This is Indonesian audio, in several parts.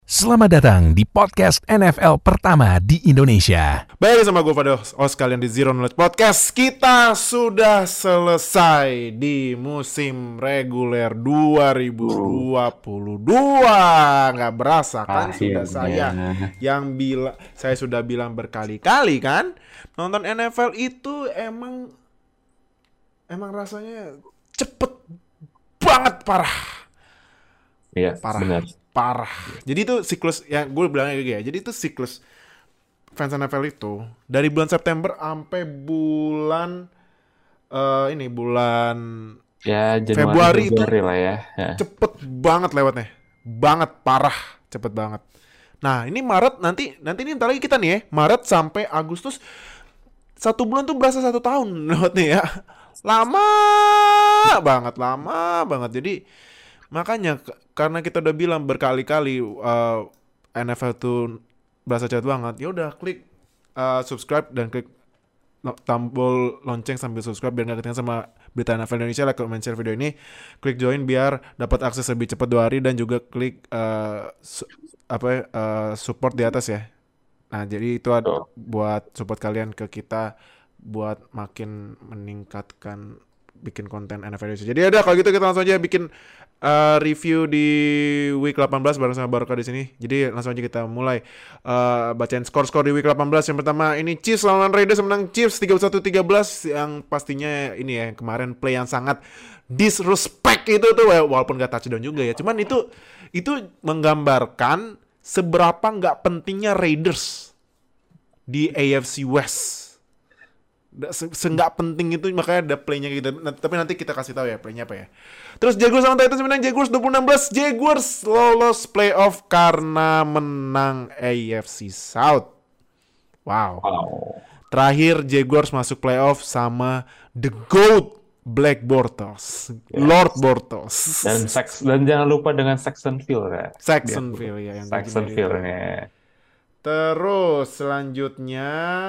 Selamat datang di podcast NFL pertama di Indonesia. Baik, sama gue pada host kalian di Zero Knowledge Podcast. Kita sudah selesai di musim reguler 2022. Nggak berasa kan? Sudah saya sudah bilang berkali-kali kan, nonton NFL itu emang rasanya cepet banget, parah. Iya, Parah. Jadi itu siklus yang gue bilangnya kayak gini. Jadi itu siklus fans NFL itu dari bulan September sampai bulan bulan ya Februari itu lah ya. Cepet banget lewatnya. Banget, parah, cepet banget. Nah, ini Maret nanti ini ntar lagi kita nih ya. Maret sampai Agustus, 1 bulan tuh berasa 1 tahun lewatnya ya. Lama banget. Jadi makanya karena kita udah bilang berkali-kali NFL tuh berasa cepet banget. Ya udah, klik subscribe dan klik tombol lonceng sambil subscribe biar nggak ketinggalan sama berita NFL Indonesia. Like, comment, share video ini, klik join biar dapat akses lebih cepat 2 hari, dan juga klik support di atas ya. Nah, jadi itu ada buat support kalian ke kita buat makin meningkatkan bikin konten NFL Indonesia. Jadi ada, kalau gitu kita langsung aja bikin review di week 18 bareng sama Barokah di sini. Jadi langsung aja kita mulai bacain skor-skor di week 18. Yang pertama ini Chiefs lawan Raiders, menang Chiefs 31-13, yang pastinya ini ya, kemarin play yang sangat disrespect itu tuh, walaupun gak touchdown juga ya. Cuman itu menggambarkan seberapa nggak pentingnya Raiders di AFC West. Nggak penting itu, makanya ada playnya gitu. Tapi nanti kita kasih tahu ya playnya apa ya. Terus Jaguars sama Titans menang Jaguars 26-16. Jaguars lolos playoff karena menang AFC South. Wow. Terakhir Jaguars masuk playoff sama The GOAT Black Bortles, Lord Bortles. Dan jangan lupa dengan Saxonville ya. Saxonville ya, yang Saxonville-nya. Terus selanjutnya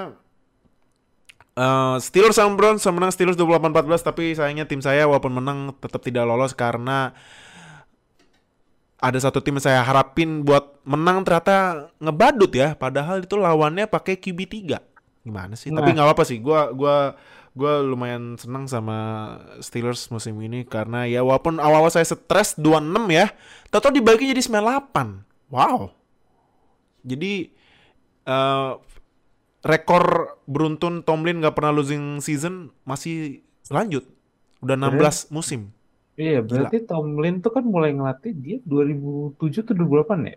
Steelers sama Browns, menang Steelers 28-14, tapi sayangnya tim saya walaupun menang tetap tidak lolos karena ada satu tim yang saya harapin buat menang ternyata ngebadut ya, padahal itu lawannya pakai QB3. Gimana sih? Tapi nggak apa-apa sih. Gua lumayan senang sama Steelers musim ini karena ya walaupun awal-awal saya stres 26 ya, tahu-tahu dibalikin jadi 98. Wow. Jadi rekor beruntun Tomlin gak pernah losing season masih lanjut. Udah 16 musim. Iya, berarti Tomlin tuh kan mulai ngelatih dia 2007 tuh 2008 ya?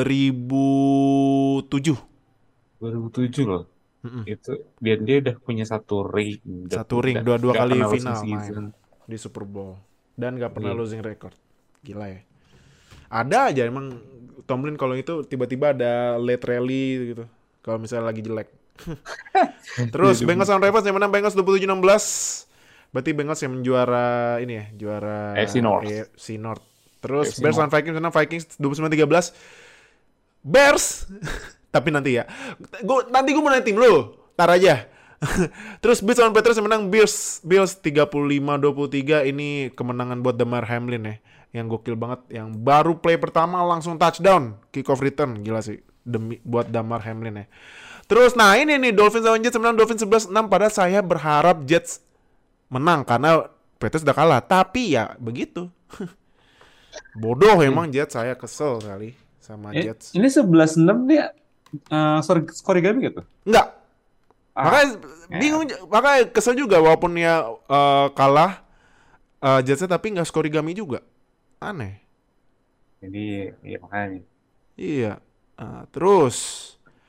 2007 loh. Itu dia udah punya satu ring. Dua kali final main di Super Bowl. Dan gak pernah losing record. Gila ya. Ada aja emang Tomlin kalau itu tiba-tiba ada late rally gitu. Kalau misalnya lagi jelek. Terus Bengals sama Ravens, yang menang Bengals 27-16. Berarti Bengals yang menjuara ini ya, juara AFC North. Terus Bears sama Vikings, menang Vikings 29-13. Bears tapi nanti ya. Nanti gue mau nanya tim lu. Tar aja. Terus Bills sama Patriots, yang menang Bills 35-23. Ini kemenangan buat Damar Hamlin ya, yang gokil banget, yang baru play pertama langsung touchdown, kick off return. Gila sih demi buat Damar Hamlin ya. Terus nah ini nih Dolphins lawan Jets, menang Dolphins 11-6. Padahal saya berharap Jets menang karena Patriots udah kalah. Tapi ya begitu. Bodoh emang Jets, saya kesel kali sama Jets. Ini 11-6 dia skorigami gitu? Enggak. Makanya bingung, makanya kesel juga walaupun ya kalah Jetsnya, tapi nggak skorigami juga. Aneh. Jadi ya makanya. Iya. Terus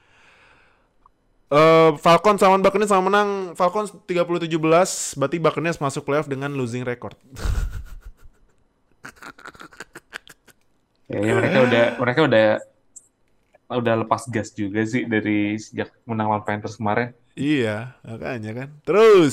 Falcons sama Buccaneers sama menang Falcons 30-17. Berarti Buccaneers masuk playoff dengan losing record. Ya, mereka udah lepas gas juga sih dari sejak menang lawan Panthers kemarin. Iya, makanya kan. Terus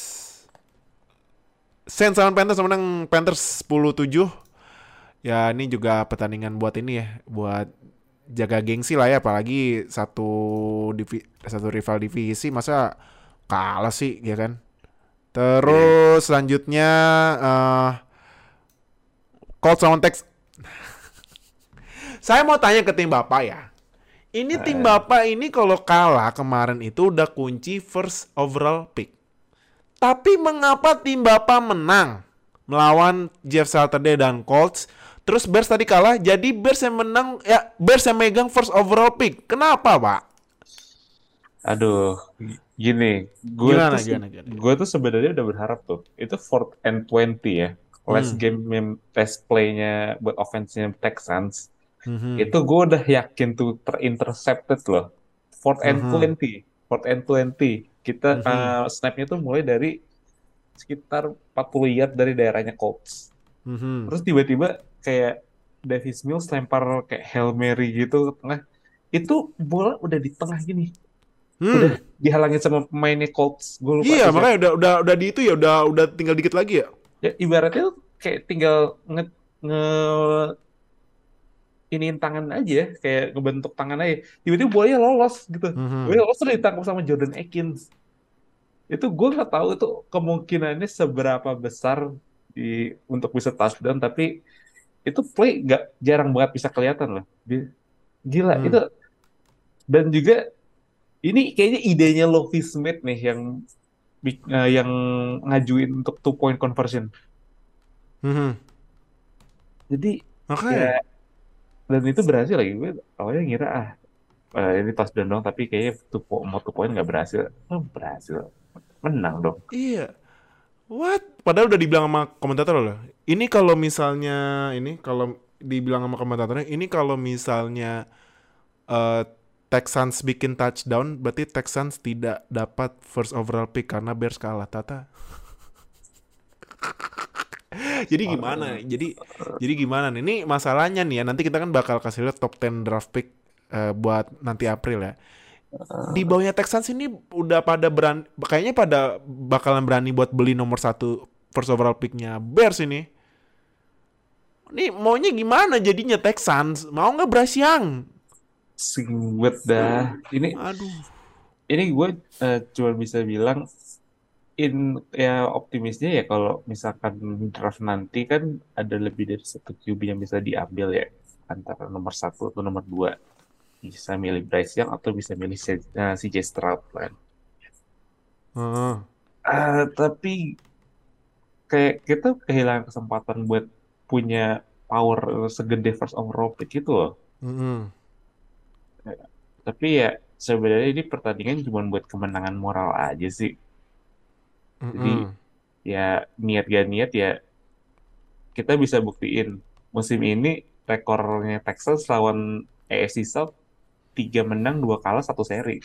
Saints sama Panthers menang Panthers 10-7. Ya ini juga pertandingan buat ini ya, buat jaga gengsi lah ya, apalagi satu rival divisi, masa kalah sih ya kan. Terus selanjutnya Colts lawan Texans Saya mau tanya ke tim Bapak ya. Ini tim Bapak ini kalau kalah kemarin itu udah kunci first overall pick. Tapi mengapa tim Bapak menang melawan Jeff Saturday dan Colts? Terus Bears tadi kalah, jadi Bears yang menang, ya Bears yang megang first overall pick. Kenapa, Pak? Aduh, gini, Gimana? gue tuh sebenarnya udah berharap tuh, itu 4th and 20 ya, last game test play-nya buat offense-nya Texans, itu gue udah yakin tuh terintercepted loh, 4th and 20, kita snap-nya tuh mulai dari sekitar 40 yard dari daerahnya Colts, terus tiba-tiba kayak Davis Mills lempar kayak Hail Mary gitu ke tengah, itu bola udah di tengah gini. Udah dihalangin sama pemainnya Colts. Gue lupa. Iya, makanya udah di itu ya, udah tinggal dikit lagi ya. Ya ibaratnya kayak tinggal iniin tangan aja, kayak ngebentuk tangan aja. Tiba-tiba bolanya lolos gitu. Bolanya lolos terus ditangkap sama Jordan Akins. Itu gue nggak tahu itu kemungkinannya seberapa besar untuk bisa touchdown, tapi itu play jarang banget bisa kelihatan loh. Gila itu. Dan juga ini kayaknya idenya Lovie Smith nih yang ngajuin untuk 2-point conversion. Jadi ya, dan itu berhasil lagi. Gue awalnya ngira ini touchdown dong, tapi kayaknya mau 2-point nggak berhasil. Berhasil, menang dong. Iya. What? Padahal udah dibilang sama komentator loh. Ini kalau misalnya kalau dibilang sama komentatornya, ini kalau misalnya Texans bikin touchdown, berarti Texans tidak dapat first overall pick karena Bears kalah. Tata. Jadi gimana? Jadi gimana nih? Ini masalahnya nih ya. Nanti kita kan bakal kasih lihat top 10 draft pick buat nanti April ya. Di bawahnya Texans ini udah pada kayaknya pada bakalan berani buat beli nomor 1 first overall picknya Bears ini. Ini maunya gimana jadinya Texans? Mau nggak Bryce Young? Singwet dah. Ini gue cuma bisa bilang optimisnya ya kalau misalkan draft nanti kan ada lebih dari 1 QB yang bisa diambil ya, antara nomor 1 atau nomor 2. Bisa milih Bryce Young atau bisa milih CJ Stroud kan. Tapi kayak kita kehilangan kesempatan buat punya power segede first overall pick itu loh. Tapi ya sebenarnya ini pertandingan cuma buat kemenangan moral aja sih. Jadi ya niat gak niat ya kita bisa buktiin musim ini rekornya Texans lawan AFC South 3 menang 2 kalah 1 seri.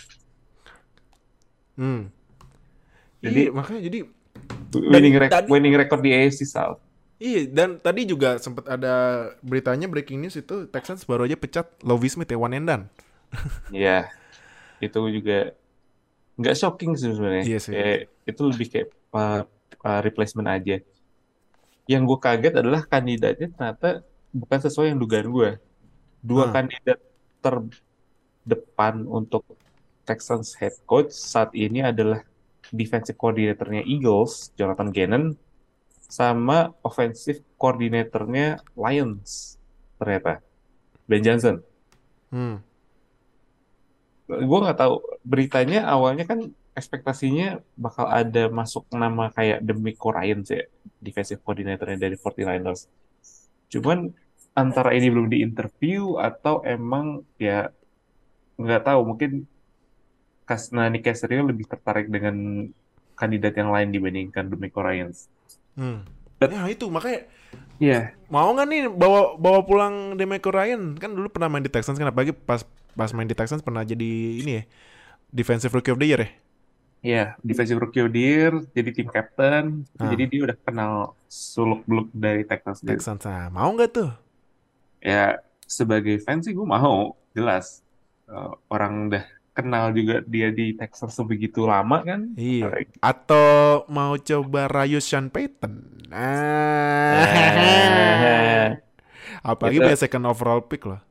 Jadi makanya winning record di AFC South. Iya, dan tadi juga sempat ada beritanya breaking news itu Texans baru aja pecat Lovie Smith ya, one and done. Iya, itu juga nggak shocking sih sebenarnya. Iya sih. Itu lebih kayak replacement aja. Yang gue kaget adalah kandidatnya ternyata bukan sesuai yang dugaan gue. 2 kandidat terdepan untuk Texans head coach saat ini adalah defensive coordinator-nya Eagles, Jonathan Gannon, sama offensive coordinator-nya Lions, ternyata Ben Johnson. Gue nggak tahu, beritanya awalnya kan ekspektasinya bakal ada masuk nama kayak DeMeco Ryans ya, defensive coordinator-nya dari 49ers. Cuman antara ini belum diinterview atau emang ya nggak tahu, mungkin Nick Caserio lebih tertarik dengan kandidat yang lain dibandingkan DeMeco Ryans. Ya itu makanya. Iya. Mau nggak nih bawa pulang DeMeco Ryan? Kan dulu pernah main di Texans kan, apalagi pas main di Texans pernah jadi ini ya, Defensive Rookie of the Year ya. Iya, Defensive Rookie of the Year, jadi tim captain. Jadi dia udah kenal suluk-beluk dari Texans. Nah, mau nggak tuh? Ya sebagai fans sih gue mau, jelas. Orang udah kenal juga dia di Texas sebegitu lama kan. Iya. Atau mau coba rayu Sean Payton. Apalagi punya second overall pick loh.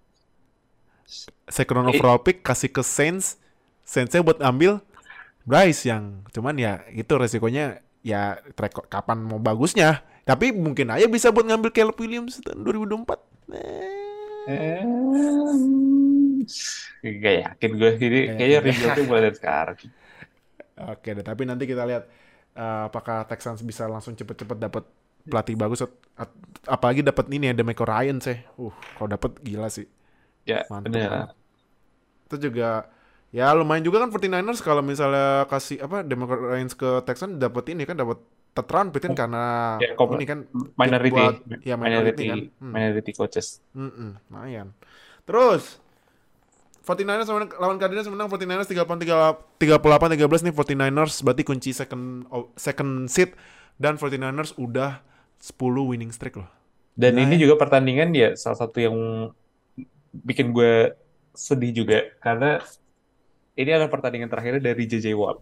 Second overall pick kasih ke Saints. Saintsnya buat ambil Bryce Young. Cuman ya itu resikonya ya kapan mau bagusnya. Tapi mungkin aja bisa buat ngambil Caleb Williams tahun 2024. Gak yakin gue. Jadi Gak kayaknya yakin ya. rebuild-nya mulai dari sekarang. Oke deh, tapi nanti kita lihat apakah Texans bisa langsung cepet-cepet dapat pelatih bagus apalagi dapat ini ya DeMeco Ryans ya. Kalau dapat gila sih. Ya, Mantep bener. banget. Itu juga ya lumayan juga kan 49ers kalau misalnya kasih apa DeMeco Ryans ke Texans dapat ini kan dapat third round pick kan karena Ya, ini kan pick minority, buat ya minority kan. minority coaches. Lumayan. Terus 49ers lawan Cardinals menang 49ers 38-13 nih 49ers berarti kunci second seed dan 49ers udah 10 winning streak loh. Dan Gila ini ya. juga pertandingan ya salah satu yang bikin gue sedih juga karena ini adalah pertandingan terakhirnya dari JJ Watt.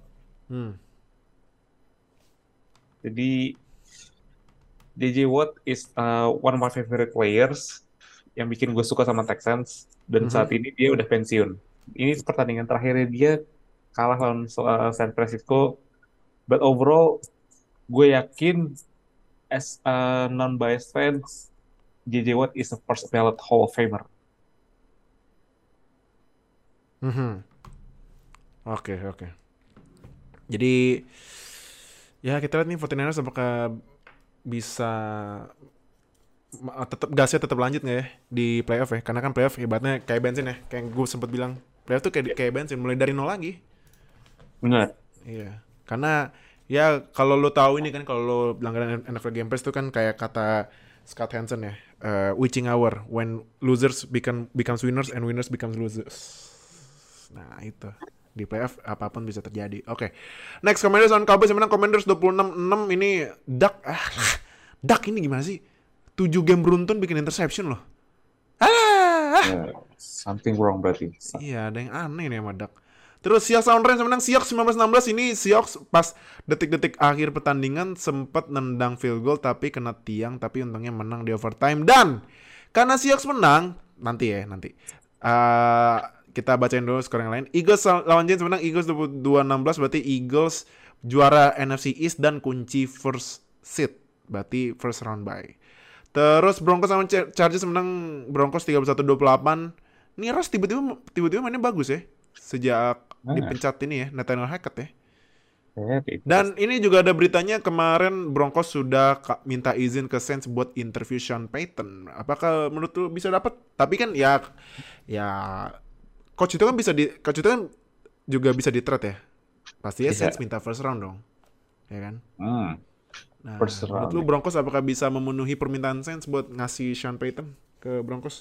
Jadi JJ Watt is one of my favorite players yang bikin gue suka sama Texans dan saat ini dia udah pensiun. Ini pertandingan terakhirnya dia kalah lawan San Francisco. But overall gue yakin as a non-biased fans JJ Watt is a first ballot Hall of Famer. Oke. Jadi ya kita lihat nih 49ers apakah bisa tetap gasnya tetap lanjut nggak ya di playoff ya? Karena kan playoff hebatnya kayak bensin ya, kayak gue sempat bilang playoff tuh kayak bensin mulai dari nol lagi. Benar. Iya, karena ya kalau lo tahu ini kan kalau lo langganan NFL Game Pass tuh kan kayak kata Scott Hansen ya, witching hour when losers becomes winners and winners becomes losers. Nah itu di playoff apapun bisa terjadi. Oke. Next Commanders on Cowboys yang menang Commanders 26-6 ini Dak ini gimana sih? 7 game beruntun bikin interception loh. Something wrong berarti. Iya, ada yang aneh nih sama Dak. Terus Seahawks lawan Rams menang Seahawks 19-16 ini Seahawks pas detik-detik akhir pertandingan sempat nendang field goal tapi kena tiang tapi untungnya menang di overtime dan karena Seahawks menang nanti. Kita bacain dulu skor yang lain. Eagles lawan Giants menang Eagles 22-16 berarti Eagles juara NFC East dan kunci first seed berarti first round bye. Terus Broncos lawan Chargers menang Broncos 31-28. Nih Ross tiba-tiba mainnya bagus ya sejak dipencet ini ya Nathaniel Hackett ya. Dan ini juga ada beritanya kemarin Broncos sudah minta izin ke Saints buat interview Sean Payton. Apakah menurut lu bisa dapat? Tapi kan ya coach itu kan juga bisa di-trade ya. Pastinya Saints minta first round dong. Ya kan? Nah, menurut lu Broncos apakah bisa memenuhi permintaan Saints buat ngasih Sean Payton ke Broncos?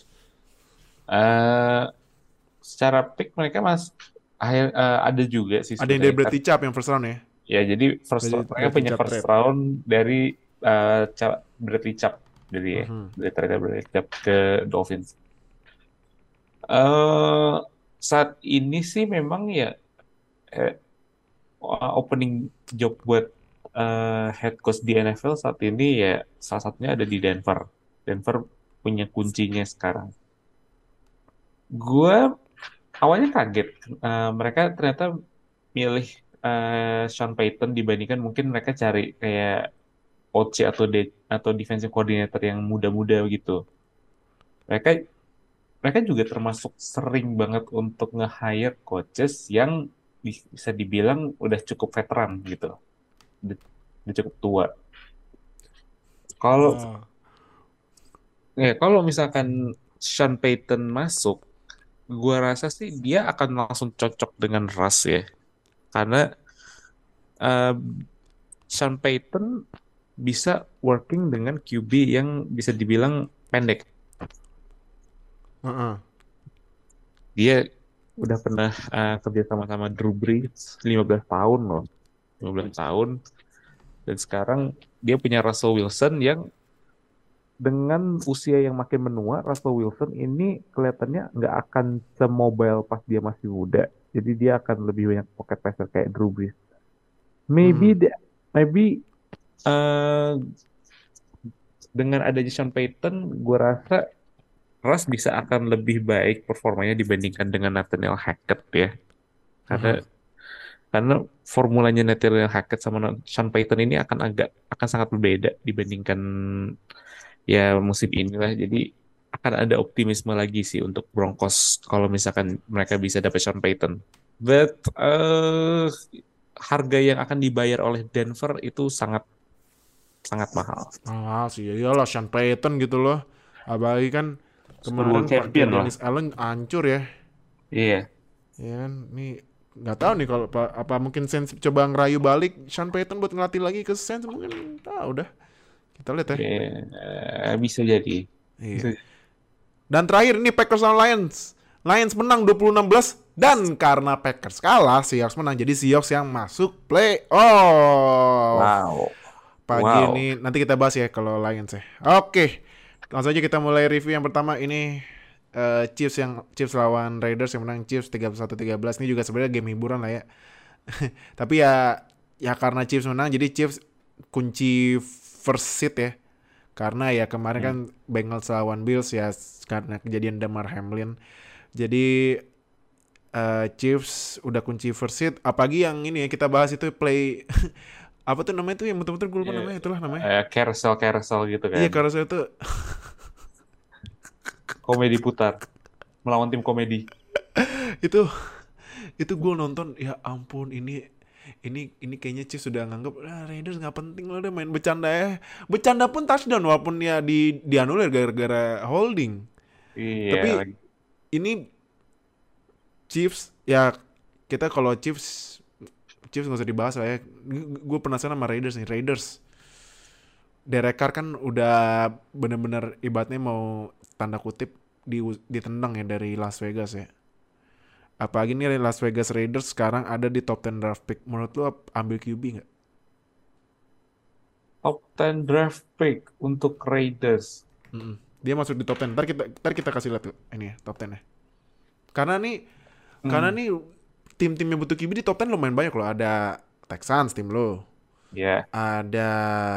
Secara pick mereka ada juga sih. Ada yang dari Bradley Chubb yang first round ya? Ya, jadi mereka punya first round dari Bradley Chubb dari trade Bradley Chubb ke Dolphins. Saat ini sih memang ya opening job buat head coach di NFL saat ini ya salah satunya ada di Denver. Denver punya kuncinya sekarang. Gue awalnya kaget mereka ternyata milih Sean Payton dibandingkan mungkin mereka cari kayak OC atau defensive coordinator yang muda-muda gitu. Mereka juga termasuk sering banget untuk nge-hire coaches yang bisa dibilang udah cukup veteran gitu. Udah cukup tua. Kalau misalkan Sean Payton masuk, gue rasa sih dia akan langsung cocok dengan Russ ya. Karena Sean Payton bisa working dengan QB yang bisa dibilang pendek. Dia udah pernah kerja sama Drew Brees 15 tahun loh. 15 tahun. Dan sekarang dia punya Russell Wilson yang dengan usia yang makin menua, Russell Wilson ini kelihatannya nggak akan semobile pas dia masih muda. Jadi dia akan lebih banyak pocket passer kayak Drew Brees. Maybe dengan adanya Sean Payton, gue rasa Russ bisa akan lebih baik performanya dibandingkan dengan Nathaniel Hackett ya. Karena formulanya Nathaniel Hackett sama Sean Payton ini akan sangat berbeda dibandingkan ya musim inilah. Jadi akan ada optimisme lagi sih untuk Broncos kalau misalkan mereka bisa dapat Sean Payton. But harga yang akan dibayar oleh Denver itu sangat sangat mahal. Mahal sih, ya iyalah Sean Payton gitu loh. Apalagi kan Super Bowl kemarin pakai champion lah. Dennis Allen hancur ya. Iya. Ya kan, nih nggak tahu nih kalau apa mungkin Saints coba ngerayu balik Sean Payton buat ngelatih lagi ke Saints mungkin. Udah kita lihat ya. Bisa jadi. Iya. Dan terakhir ini Packers lawan Lions. Lions menang 20-16 dan karena Packers kalah, Seahawks menang. Jadi Seahawks yang masuk playoff. Wow. Pagi ini nanti kita bahas ya kalau Lions ya. Oke. Langsung aja kita mulai review yang pertama ini Chiefs lawan Raiders yang menang Chiefs 31-13. Ini juga sebenarnya game hiburan lah ya. Tapi ya karena Chiefs menang jadi Chiefs kunci first seed ya. Karena ya kemarin kan Bengals lawan Bills ya karena kejadian Damar Hamlin. Jadi Chiefs udah kunci first seed. Apalagi yang ini ya kita bahas itu play apa tuh namanya tuh yang betul-betul gue lupa namanya, itulah namanya. Carousel gitu kan. Iya, carousel itu. Komedi putar melawan tim komedi. itu gue nonton, ya ampun, ini kayaknya Chiefs sudah nganggap Raiders nggak penting loh, udah main bercanda ya. Bercanda pun touchdown walaupun ya dianulir gara-gara holding. Iya. Tapi ini Chiefs ya, kita kalau Chiefs nggak usah dibahas lah ya. Gue penasaran sama Raiders nih. Derek Carr kan udah bener-bener ibaratnya mau tanda kutip ditendang ya dari Las Vegas ya. Apalagi nih Las Vegas Raiders sekarang ada di top 10 draft pick. Menurut lu ambil QB nggak? Top 10 draft pick untuk Raiders. Dia masuk di top 10. Ntar kita kasih lihat tuh ini ya, top 10 ya. Karena nih tim-tim yang butuh QB di top 10 lumayan banyak loh. Ada Texans tim lo. Ya. Ada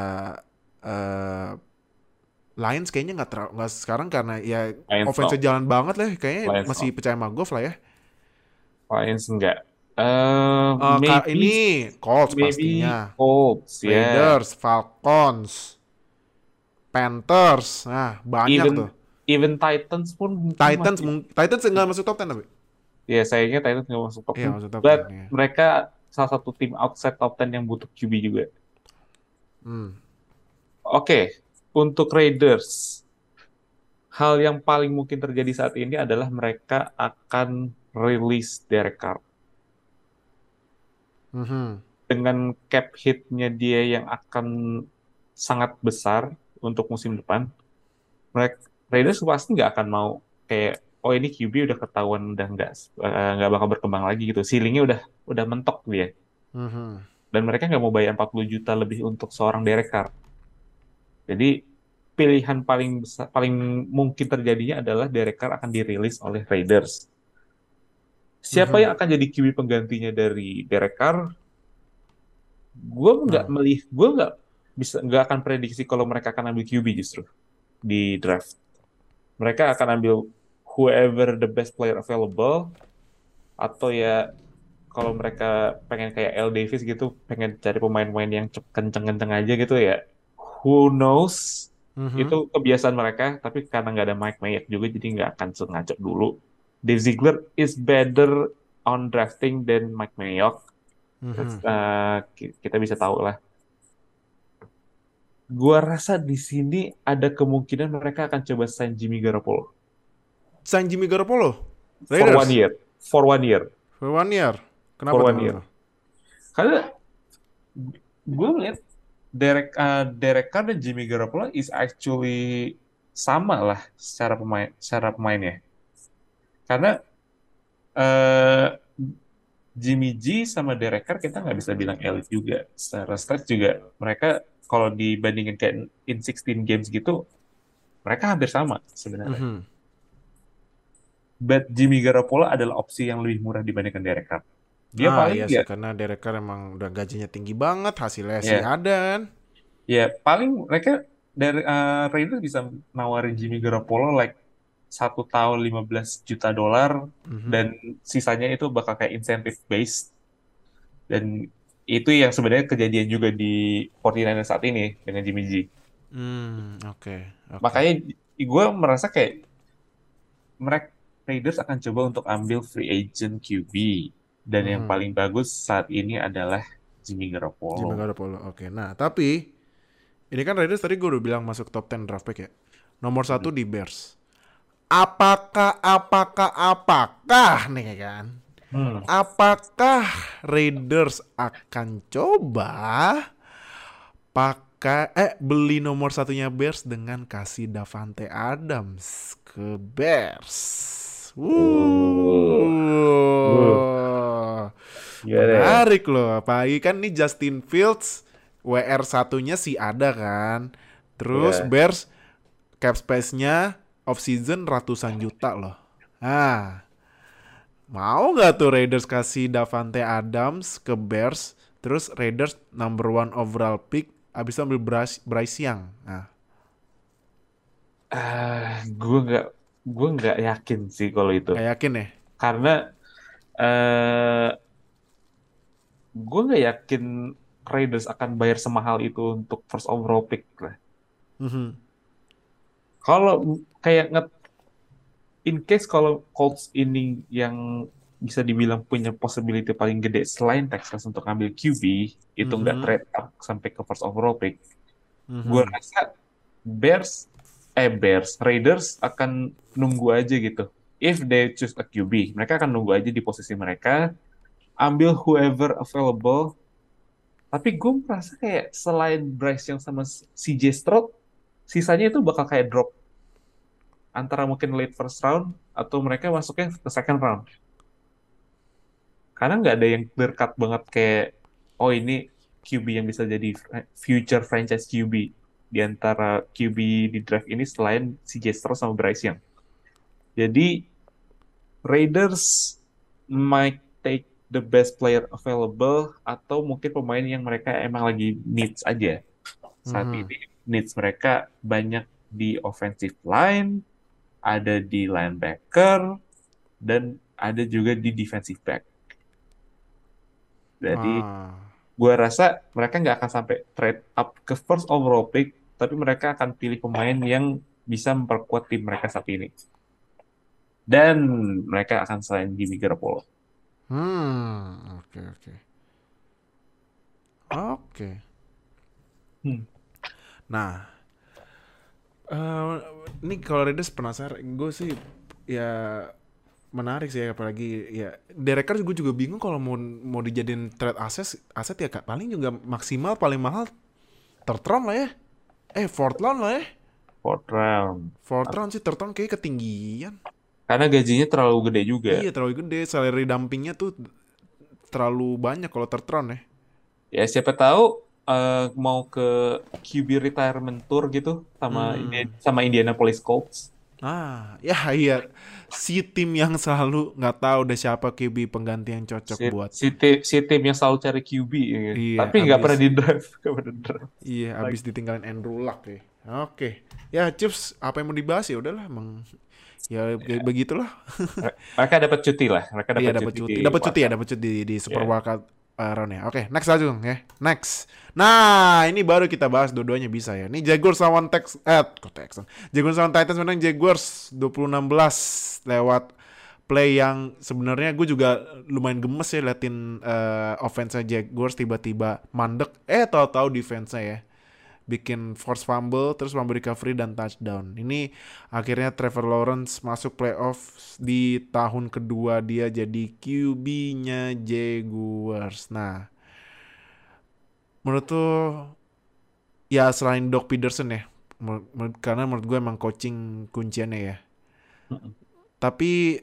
Lions kayaknya nggak sekarang karena ya offense jalan banget lah. Kayaknya Lions masih percaya sama Goff lah ya. Lions enggak. Ini Colts pastinya. Colts, Raiders, Falcons, Panthers. Nah, banyak tuh. Even Titans pun. Titans nggak masuk top 10 tapi. Ya, sayangnya Titans nggak masuk top 10. Iya, masuk top 10. But mereka salah satu tim outside top 10 yang butuh QB juga. Oke, untuk Raiders, hal yang paling mungkin terjadi saat ini adalah mereka akan rilis Derek Carr. Dengan cap hit-nya dia yang akan sangat besar untuk musim depan, Raiders pasti nggak akan mau kayak, oh ini QB udah ketahuan udah nggak bakal berkembang lagi gitu. Ceilingnya udah mentok dia. Dan mereka nggak mau bayar 40 juta lebih untuk seorang Derek Carr. Jadi pilihan paling mungkin terjadinya adalah Derek Carr akan dirilis oleh Raiders. Siapa yang akan jadi QB penggantinya dari Derek Carr? Gue nggak akan prediksi kalau mereka akan ambil QB justru di draft. Mereka akan ambil whoever the best player available, atau ya kalau mereka pengen kayak L. Davis gitu, pengen cari pemain-pemain yang kenceng-kenceng aja gitu ya. Who knows? Itu kebiasaan mereka, tapi karena nggak ada Mike Mayock juga, jadi nggak akan sengaja dulu. Dave Ziegler is better on drafting than Mike Mayock. Kita bisa tahu lah. Gua rasa di sini ada kemungkinan mereka akan coba sign Jimmy Garoppolo. Sign Jimmy Garoppolo? For 1 year. For 1 year. For 1 year? Kenapa? For 1 year. Karena gue melihat Derek Carr dan Jimmy Garoppolo is actually sama lah secara pemainnya. Karena Jimmy G sama Derek Carr kita nggak bisa bilang elite juga. Secara stats juga mereka kalau dibandingin kayak in 16 games gitu, mereka hampir sama sebenarnya. But Jimmy Garoppolo adalah opsi yang lebih murah dibandingkan Derek Carr. Dia paling sih, karena Derek Carr emang udah gajinya tinggi banget, hasilnya sih ada kan. Ya, paling mereka dari Raiders bisa nawarin Jimmy Garoppolo like 1 tahun $15 juta, dan sisanya itu bakal kayak incentive based. Dan itu yang sebenarnya kejadian juga di 49ers saat ini dengan Jimmy G. Oke. Makanya gue merasa kayak mereka Raiders akan coba untuk ambil free agent QB dan yang paling bagus saat ini adalah Jimmy Jimmy Garoppolo. Garoppolo. Oke. Nah, tapi ini kan Raiders tadi gue udah bilang masuk top 10 draft pick ya. Nomor 1 di Bears. Apakah nih kan? Apakah Raiders akan coba beli nomor 1-nya Bears dengan kasih Davante Adams ke Bears? Menarik loh. Apalagi kan nih Justin Fields WR 1-nya sih ada kan. Terus Bears cap space-nya off season ratusan juta loh. Mau gak tuh Raiders kasih Davante Adams ke Bears, terus Raiders number 1 overall pick, abis itu ambil Bryce Young. Gue nggak yakin sih kalau itu. Gak yakin ya? Karena gue nggak yakin Raiders akan bayar semahal itu untuk first overall pick lah. Kalau kayak in case kalau Colts ini yang bisa dibilang punya possibility paling gede selain Texas untuk ambil QB, itu nggak trade up sampai ke first overall pick. Gue rasa Raiders akan nunggu aja gitu. If they choose a QB, mereka akan nunggu aja di posisi mereka, ambil whoever available. Tapi gue merasa kayak selain Bryce yang sama CJ Stroud, sisanya itu bakal kayak drop antara mungkin late first round atau mereka masuknya ke second round. Karena nggak ada yang berkat banget kayak, oh ini QB yang bisa jadi future franchise QB di antara QB di draft ini selain CJ Stroud sama Bryce Young. Jadi Raiders might take the best player available atau mungkin pemain yang mereka emang lagi needs aja. Saat ini needs mereka banyak di offensive line, ada di linebacker, dan ada juga di defensive back. Jadi gue rasa mereka nggak akan sampai trade up ke first overall pick, tapi mereka akan pilih pemain yang bisa memperkuat tim mereka saat ini. Dan mereka akan sign Jimmy Garoppolo. Oke. Nah, ini kalau Raiders penasaran, gue sih ya menarik sih, apalagi ya Derek Carr gue juga bingung kalau mau dijadiin trade aset ya, paling juga maksimal paling mahal third round lah ya. Fourth round lah ya. Fourth round sih, third round kayak ketinggian. Karena gajinya terlalu gede juga. Iya, terlalu gede. Salary dumpingnya tuh terlalu banyak kalau third round ya. Ya siapa tahu mau ke QB retirement tour gitu sama Indianapolis Colts. Iya. Si tim yang selalu nggak tahu udah siapa QB pengganti yang cocok buat. Si tim yang selalu cari QB ya. Iya, tapi nggak pernah di draft. Iya, abis ditinggalin Andrew Luck ya. Oke. Ya, Chiefs, apa yang mau dibahas ya udahlah, emang ya begitulah. Mereka dapat cuti lah. Dapat cuti di Super Wildcard round ya. Oke, next aja ya. Next. Nah, ini baru kita bahas dua-duanya bisa ya. Ini Jaguars lawan Jaguars lawan Titans, menang Jaguars 2016 lewat play yang sebenarnya gue juga lumayan gemes ya liatin offense-nya Jaguars tiba-tiba mandek. Tahu-tahu defense-nya ya bikin force fumble, terus fumble recovery dan touchdown. Ini akhirnya Trevor Lawrence masuk playoff di tahun kedua dia jadi QB-nya Jaguars. Nah, menurut tuh ya selain Doug Peterson ya, karena menurut gue emang coaching kunciannya ya. Tapi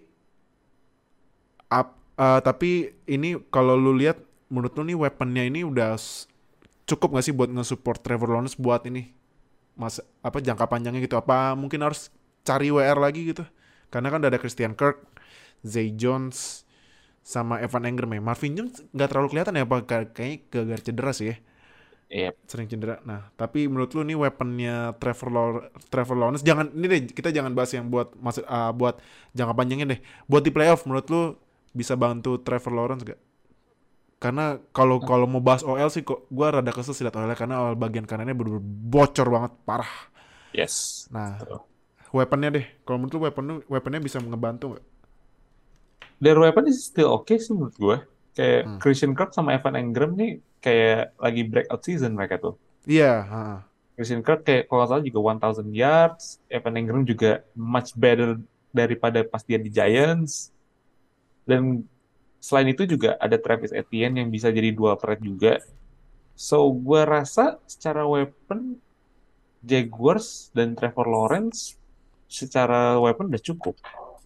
ini kalau lu lihat, menurut lu nih weaponnya ini udah cukup gak sih buat nge-support Trevor Lawrence buat ini jangka panjangnya gitu? Apa mungkin harus cari WR lagi gitu? Karena kan udah ada Christian Kirk, Zay Jones, sama Evan Engram ya. Marvin Jones gak terlalu kelihatan ya, kayaknya gara-gara cedera sih ya. Sering cedera. Nah, tapi menurut lu nih weaponnya Trevor Lawrence, kita jangan bahas yang buat jangka panjangnya deh. Buat di playoff, menurut lu bisa bantu Trevor Lawrence gak? Karena kalau mau bahas OL sih kok gue rada kesel sih liat OL karena OL bagian kanannya bener-bener bocor banget, parah. Yes. Nah, weaponnya deh. Kalau menurut lu weaponnya bisa ngebantu nggak? Their weapon is still okay sih menurut gue. Kayak Hmm. Christian Kirk sama Evan Engram nih kayak lagi breakout season mereka tuh. Iya. Christian Kirk kayak kalau nggak salah juga 1000 yards, Evan Engram juga much better daripada pas dia di Giants. Dan selain itu juga ada Travis Etienne yang bisa jadi dual threat juga. So gue rasa secara weapon Jaguars dan Trevor Lawrence secara weapon udah cukup.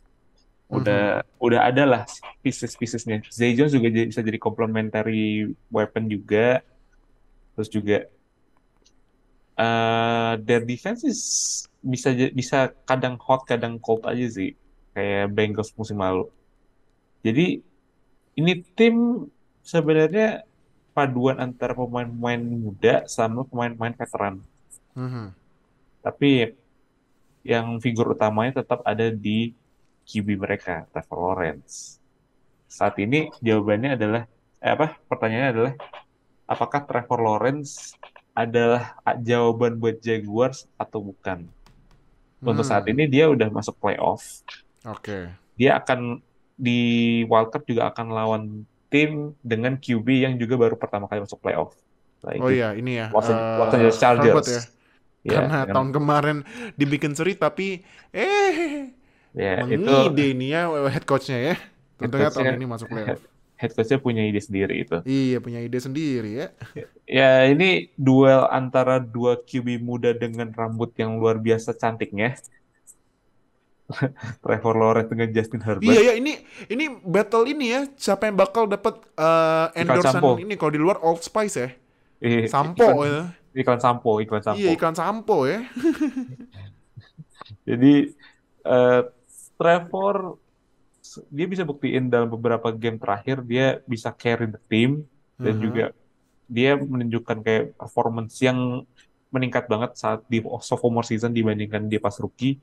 Udah ada lah pieces-piecesnya. Zay Jones juga bisa jadi complementary weapon juga. Terus juga their defense bisa kadang hot kadang cold aja sih, kayak Bengals musim lalu. Jadi ini tim sebenarnya paduan antara pemain-pemain muda sama pemain-pemain veteran. Tapi yang figur utamanya tetap ada di QB mereka, Trevor Lawrence. Saat ini jawabannya adalah pertanyaannya adalah apakah Trevor Lawrence adalah jawaban buat Jaguars atau bukan? Untuk saat ini dia udah masuk playoff. Oke. Dia akan di wildcard juga akan lawan tim dengan QB yang juga baru pertama kali masuk playoff. Oh iya, ini ya. Los Angeles Chargers. Herbert ya. Karena tahun kemarin dibikin seri tapi mengide ini ya head coach-nya ya. Tentunya tahun ini masuk playoff. Head coach-nya punya ide sendiri itu. Iya, punya ide sendiri ya. Ya, ini duel antara dua QB muda dengan rambut yang luar biasa cantiknya. Trevor Lawrence dengan Justin Herbert. Iya ya, ini battle ini ya. Siapa yang bakal dapat endorsean ini kalau di luar Old Spice ya? Sampo ya. Iklan sampo. Iya, iklan sampo ya. Jadi Trevor dia bisa buktiin dalam beberapa game terakhir dia bisa carry the team dan juga dia menunjukkan kayak performance yang meningkat banget saat di sophomore season dibandingkan dia pas rookie.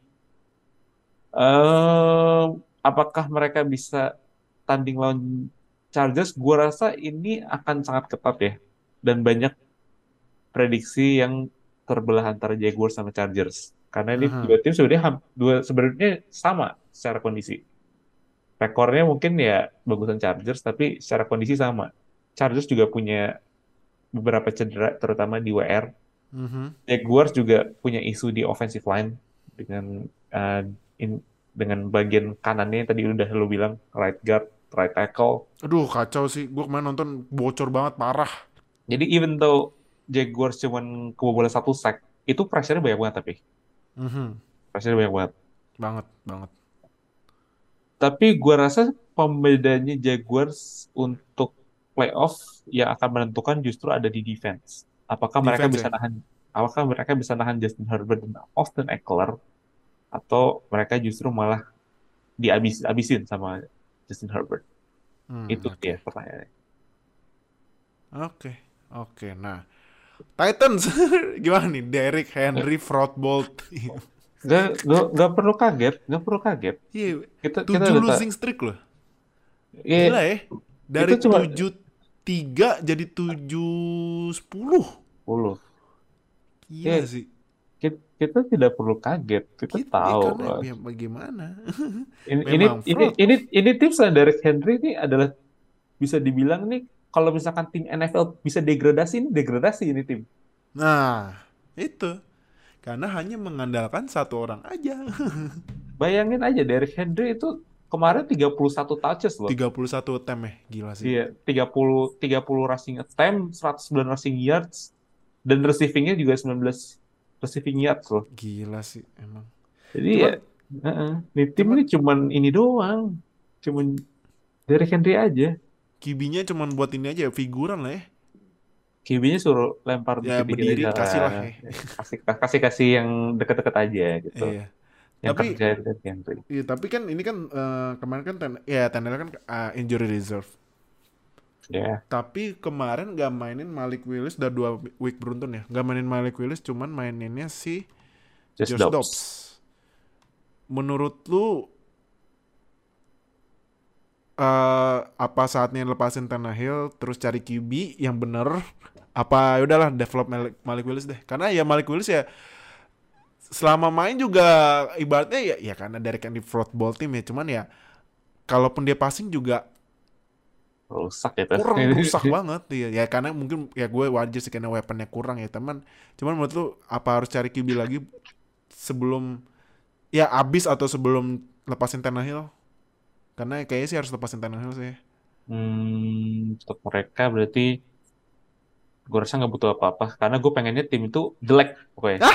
Apakah mereka bisa tanding lawan Chargers? Gua rasa ini akan sangat ketat ya, dan banyak prediksi yang terbelah antara Jaguars sama Chargers karena ini dua tim sebenarnya sama secara kondisi. Rekornya mungkin ya bagusan Chargers, tapi secara kondisi sama. Chargers juga punya beberapa cedera, terutama di WR. Jaguars juga punya isu di offensive line dengan bagian kanannya yang tadi udah lo bilang, right guard, right tackle. Aduh, kacau sih. Gue kemarin nonton bocor banget, parah. Jadi even though Jaguars cuman kebobolan 1 sack, itu pressure-nya banyak banget tapi. Pressure-nya banyak banget. Banget. Tapi gue rasa pembedanya Jaguars untuk playoff yang akan menentukan justru ada di defense. Apakah mereka bisa nahan Justin Herbert dan Austin Eckler, atau mereka justru malah dihabisin sama Justin Herbert. Itu dia pertanyaannya. Oke. Nah, Titans gimana nih? Derrick Henry, Bolt. Gak perlu kaget. Iya, kita 7 losing streak loh. Gila ya. Dari 7-3 jadi 7-10. Gila sih. Kita tidak perlu kaget. Kita tahu. Ya, bagaimana? Ini tim selain Derrick Henry ini adalah bisa dibilang nih, kalau misalkan tim NFL bisa degradasi ini tim. Nah, itu. Karena hanya mengandalkan satu orang aja. Bayangin aja, Derrick Henry itu kemarin 31 touches loh. 31 attempt ya, gila sih. Iya, 30 rushing attempt, 109 rushing yards, dan receiving-nya juga 19 receiving yards loh. Gila sih, emang. Jadi tim ini cuman ini doang. Cuman Derrick Henry aja. QB-nya cuman buat ini aja, figuran lah ya. QB-nya suruh lempar ya, berdiri, kasih lah ya. Kasih yang deket-deket aja gitu. Iya. Yang tapi kerja Derrick Henry. Iya, tapi kan ini kan kemarin kan Tannehill kan injury reserve. Yeah. Tapi kemarin gak mainin Malik Willis, udah 2 week beruntun ya. Gak mainin Malik Willis, cuman maininnya si Josh Dobbs. Menurut lu apa saatnya lepasin Tannehill terus cari QB yang bener? Apa udahlah develop Malik Willis deh? Karena ya Malik Willis ya selama main juga ibaratnya ya karena Derek Henry football team ya, cuman ya kalaupun dia passing juga rusak itu. kurang rusak banget ya karena mungkin ya gue wajar sih karena weaponnya kurang ya teman. Cuman menurut lu apa harus cari QB lagi sebelum ya abis atau sebelum lepasin Tannehill? Karena kayaknya sih harus lepasin Tannehill sih. Untuk mereka berarti gue rasa nggak butuh apa-apa karena gue pengennya tim itu jelek pokoknya.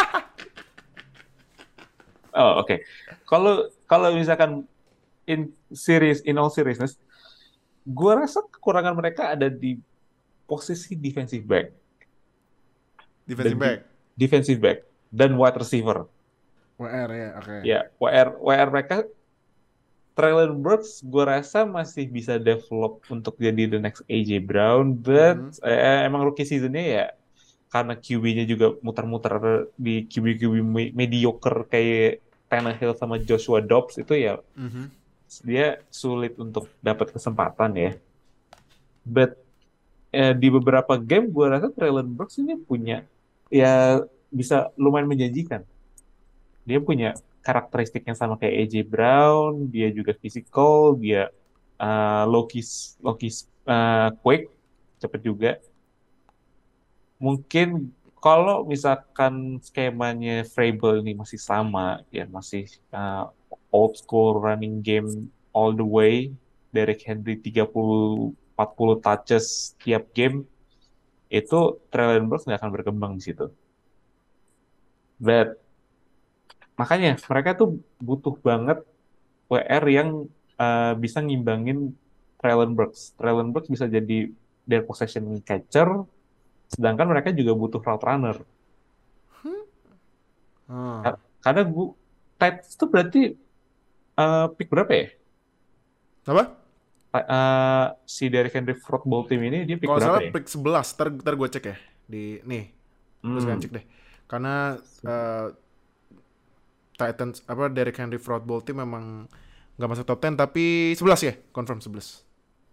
Oh, oke. Kalau kalau misalkan in all seriousness, gue rasa kekurangan mereka ada di posisi defensive back Defensive back. defensive back dan wide receiver. WR ya, oke. Ya, WR mereka Traylon Burks gue rasa masih bisa develop untuk jadi the next AJ Brown, but emang rookie seasonnya ya karena QB-nya juga muter-muter di QB mediocre kayak Tannehill sama Joshua Dobbs itu ya dia sulit untuk dapat kesempatan ya. But di beberapa game gue rasa Traylon Burks ini punya ya bisa lumayan menjanjikan. Dia punya karakteristik yang sama kayak AJ Brown, dia juga physical, dia low-key quick, cepet juga. Mungkin kalau misalkan skemanya Vrabel ini masih sama, ya masih old school running game all the way, Derrick Henry 30-40 touches tiap game, itu Traylon Burks nggak akan berkembang di situ. But makanya mereka tuh butuh banget WR yang bisa ngimbangin Traylon Burks. Traylon Burks bisa jadi their possession catcher, sedangkan mereka juga butuh route runner. Karena Titans itu berarti pick berapa ya? Apa? Si Derrick Henry football team ini dia pick Kalau berapa salah ya? pick 11, ntar gue cek ya. Nih, gue sekarang cek deh. Karena Titans Derrick Henry football team memang nggak masuk top 10 tapi 11 ya, confirm 11.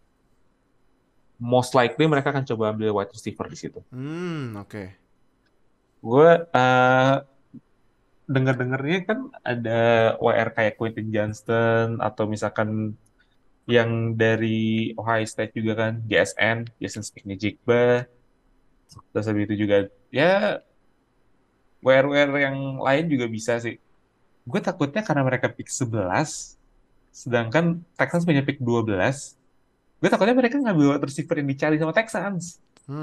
Most likely mereka akan coba ambil wide receiver di situ. Oke. Gue dengar-dengarnya kan ada WR kayak Quentin Johnston atau misalkan yang dari Ohio State juga kan Jason Smith-Njigba, terus habis itu juga ya WR yang lain juga bisa sih. Gue takutnya karena mereka pick 11 sedangkan Texans punya pick 12, gue takutnya mereka ngambil wide receiver yang dicari sama Texans.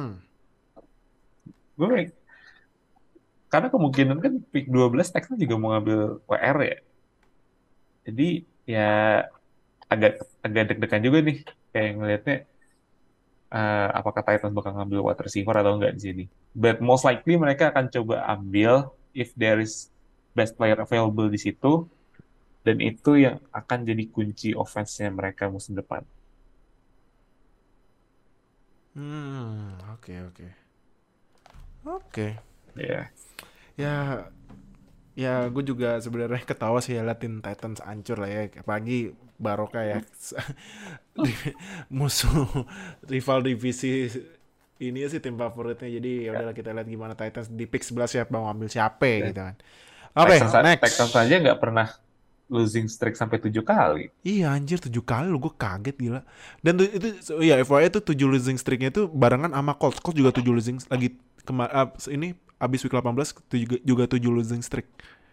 Gue karena kemungkinan kan pick 12 Texans juga mau ngambil WR ya. Jadi ya agak deg-degan juga nih kayak ngelihatnya apakah Titans bakal ngambil wide receiver atau enggak di sini. But most likely mereka akan coba ambil if there is best player available di situ, dan itu yang akan jadi kunci offense-nya mereka musim depan. Oke. Ya. Ya gue juga sebenarnya ketawa sih ya liatin Titans hancur lah ya, apalagi Barokah ya. Musuh rival divisi ini sih tim favoritnya. Jadi ya udahlah kita lihat gimana Titans di pick 11 siapa mau ambil siapa gitu kan. Oke, next. Texans aja nggak pernah losing streak sampai 7 kali. Iya anjir 7 kali lo, gue kaget gila. Dan itu ya FYI itu 7 losing streaknya itu barengan sama Colts. Colts juga 7 losing lagi ini abis week 18 juga 7 losing streak.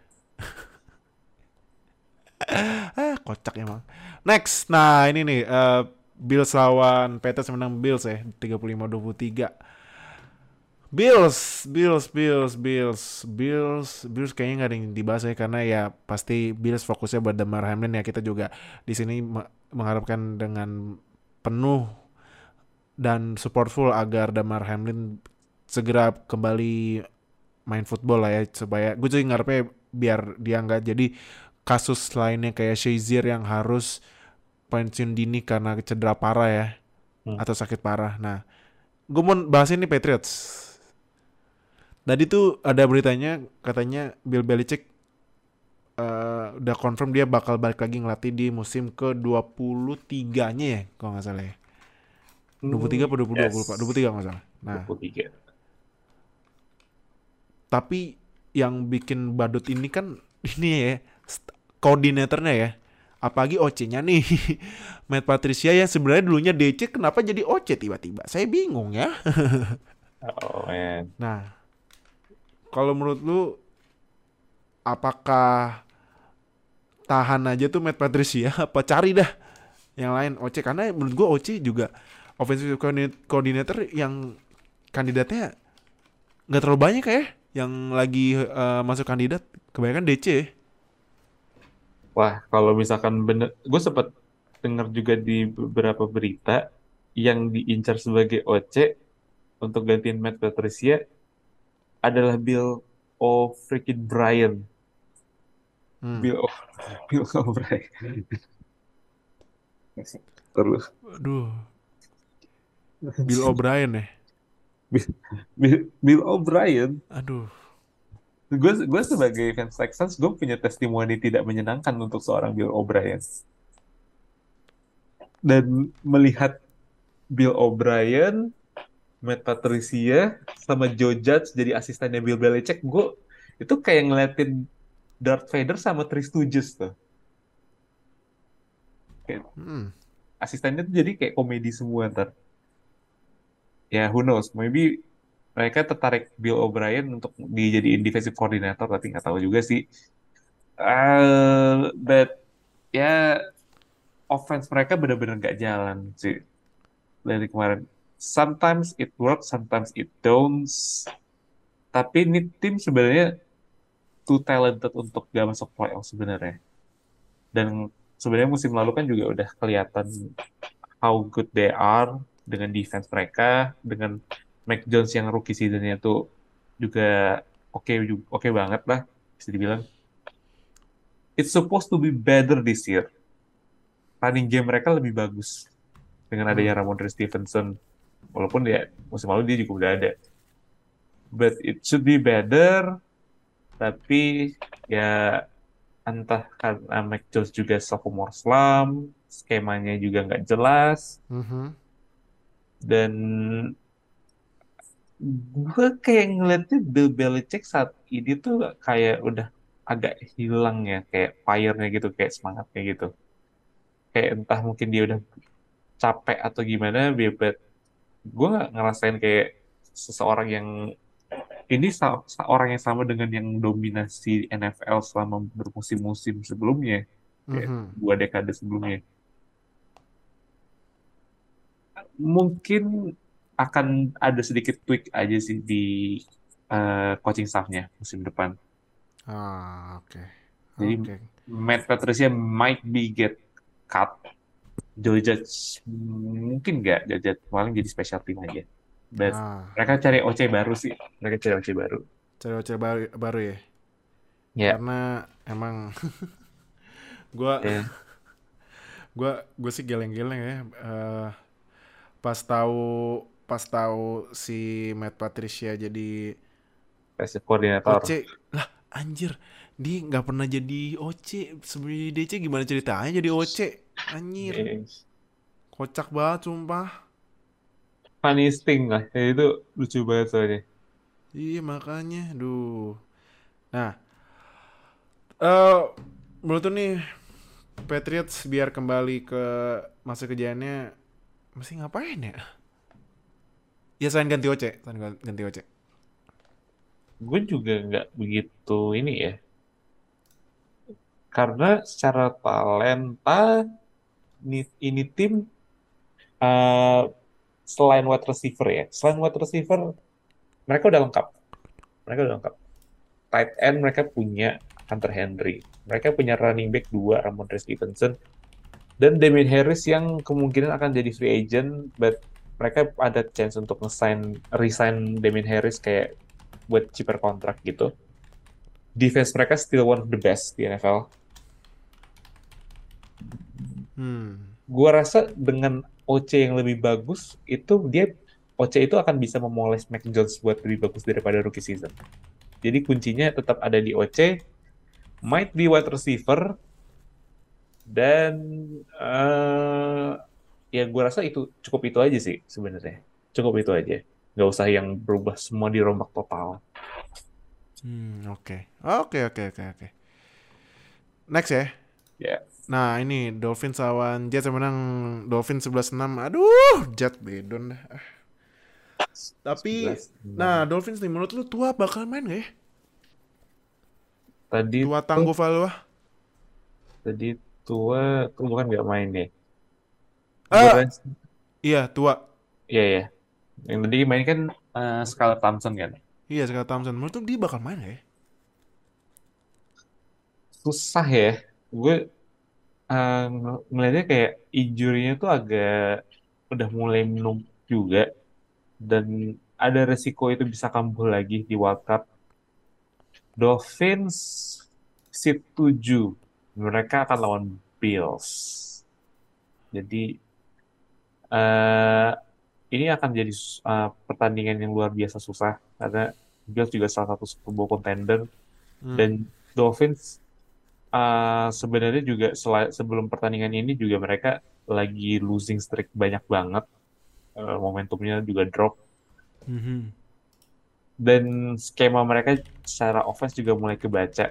Kocak emang. Next, nah ini nih Bills lawan Patriots, menang Bills ya 35-23. Bills kayaknya nggak ada yang dibahas ya karena ya pasti Bills fokusnya buat Damar Hamlin ya. Kita juga di sini mengharapkan dengan penuh dan support full agar Damar Hamlin segera kembali main football lah ya, supaya gue juga ngarepnya biar dia nggak jadi kasus lainnya kayak Shazier yang harus pensiun dini karena cedera parah ya atau sakit parah. Nah, gue mau bahas ini Patriots. Tadi tuh ada beritanya katanya Bill Belichick udah confirm dia bakal balik lagi ngelatih di musim ke-23-nya ya kalau nggak salah ya. 23 atau 22 gue lupa. 23 nggak salah. Nah, 23. Tapi yang bikin badut ini kan ini ya koordinatornya ya. Apalagi OC-nya nih. Matt Patricia yang sebenarnya dulunya DC kenapa jadi OC tiba-tiba? Saya bingung ya. Oh man. Nah, kalau menurut lu apakah tahan aja tuh Matt Patricia apa cari dah yang lain OC karena menurut gua OC juga offensive coordinator yang kandidatnya nggak terlalu banyak ya yang lagi masuk kandidat kebanyakan DC. Wah, kalau misalkan bener, gue sempat dengar juga di beberapa berita yang diincar sebagai OC untuk gantiin Matt Patricia adalah Bill O'Brien. Bill O'Brien. Terus Aduh, Bill O'Brien ya. Bill O'Brien. Aduh. Gue sebagai fans Texans, gue punya testimoni tidak menyenangkan untuk seorang Bill O'Brien. Dan melihat Bill O'Brien, Matt Patricia, sama Joe Judge jadi asistennya Bill Belichick, gue itu kayak ngeliatin Darth Vader sama Three Stooges tuh. Kayak, asistennya tuh jadi kayak komedi semua ntar. Ya, who knows, maybe mereka tertarik Bill O'Brien untuk dijadiin defensive coordinator, tapi nggak tahu juga sih. But ya offense mereka benar-benar nggak jalan sih dari kemarin. Sometimes it works, sometimes it don't. Tapi ini tim sebenarnya too talented untuk gak masuk playoff sebenarnya. Dan sebenarnya musim lalu kan juga udah kelihatan how good they are dengan defense mereka, dengan Mac Jones yang rookie season-nya tuh juga oke banget lah bisa dibilang. It's supposed to be better this year. Running game mereka lebih bagus dengan adanya Ramondre Stevenson. Walaupun ya musim lalu dia juga udah ada. But it should be better. Tapi ya entah karena Mac Jones juga sophomore slump, skemanya juga nggak jelas. Dan gue kayak ngeliatnya Bill Belichick saat ini tuh kayak udah agak hilang ya, kayak fire-nya gitu, kayak semangatnya gitu. Kayak entah mungkin dia udah capek atau gimana, but gue nggak ngerasain kayak seseorang yang ini orang yang sama dengan yang dominasi NFL selama bermusim-musim sebelumnya, kayak 2 dekade sebelumnya. Mungkin akan ada sedikit tweak aja sih di coaching staff-nya musim depan. Oke. Jadi Matt Patricia might be get cut. Joe Judge mungkin nggak, Joe Judge paling jadi special team aja. But mereka cari OC baru sih. Mereka cari OC baru. Cari OC baru ya? Ya. Karena emang gue sih geleng-geleng ya. Pas tahu si Matt Patricia jadi defensive coordinator. OC lah anjir, dia nggak pernah jadi OC sebelum di DC, gimana ceritanya jadi OC anjir. Kocak banget sumpah. Funniest thing lah, itu lucu banget soalnya. Iya makanya, Nah, menurut tuh nih Patriots biar kembali ke masa kejayaannya mesti ngapain ya? Ya selain ganti OC. Gue juga nggak begitu ini ya. Karena secara talenta ini tim selain wide receiver ya. Selain wide receiver mereka udah lengkap. Tight end mereka punya Hunter Henry. Mereka punya running back 2 Ramondre Stevenson dan Damien Harris yang kemungkinan akan jadi free agent, but mereka ada chance untuk resign Damien Harris kayak buat cheaper kontrak gitu. Defense mereka still one of the best di NFL. Gua rasa dengan OC yang lebih bagus OC itu akan bisa memoles Mac Jones buat lebih bagus daripada rookie season. Jadi kuncinya tetap ada di OC, might be wide receiver, dan ya gue rasa cukup itu aja sih sebenarnya. Cukup itu aja. Nggak usah yang berubah semua dirombak total. Oke. Oke. Next ya. Ya, Nah, ini Dolphins lawan Jets yang menang Dolphins 11-6. Aduh, Jets bedon dah. Tapi 11-6. nah, Dolphins nih menurut lu Tua bakal main gak ya? Tadi Tua tuh, Tagovailoa. tadi tuh bukan nggak main ya. Gue Ah, rasa, iya, Tua. iya ya. Yang tadi main kan Scarlett Thompson kan. Iya, Scarlett Thompson. Menurut lu dia bakal main gak ya? Susah ya. Gue ngelihatnya kayak injury-nya tuh agak udah mulai menumpuk juga dan ada resiko itu bisa kambuh lagi di World Cup. Dolphins seed 7. Mereka akan lawan Bills. Jadi eh ini akan jadi pertandingan yang luar biasa susah karena Bills juga salah satu Super Bowl contender Hmm. dan Dolphins sebenarnya juga sebelum pertandingan ini juga mereka lagi losing streak banyak banget. Momentumnya juga drop Mhm. dan skema mereka secara offense juga mulai kebaca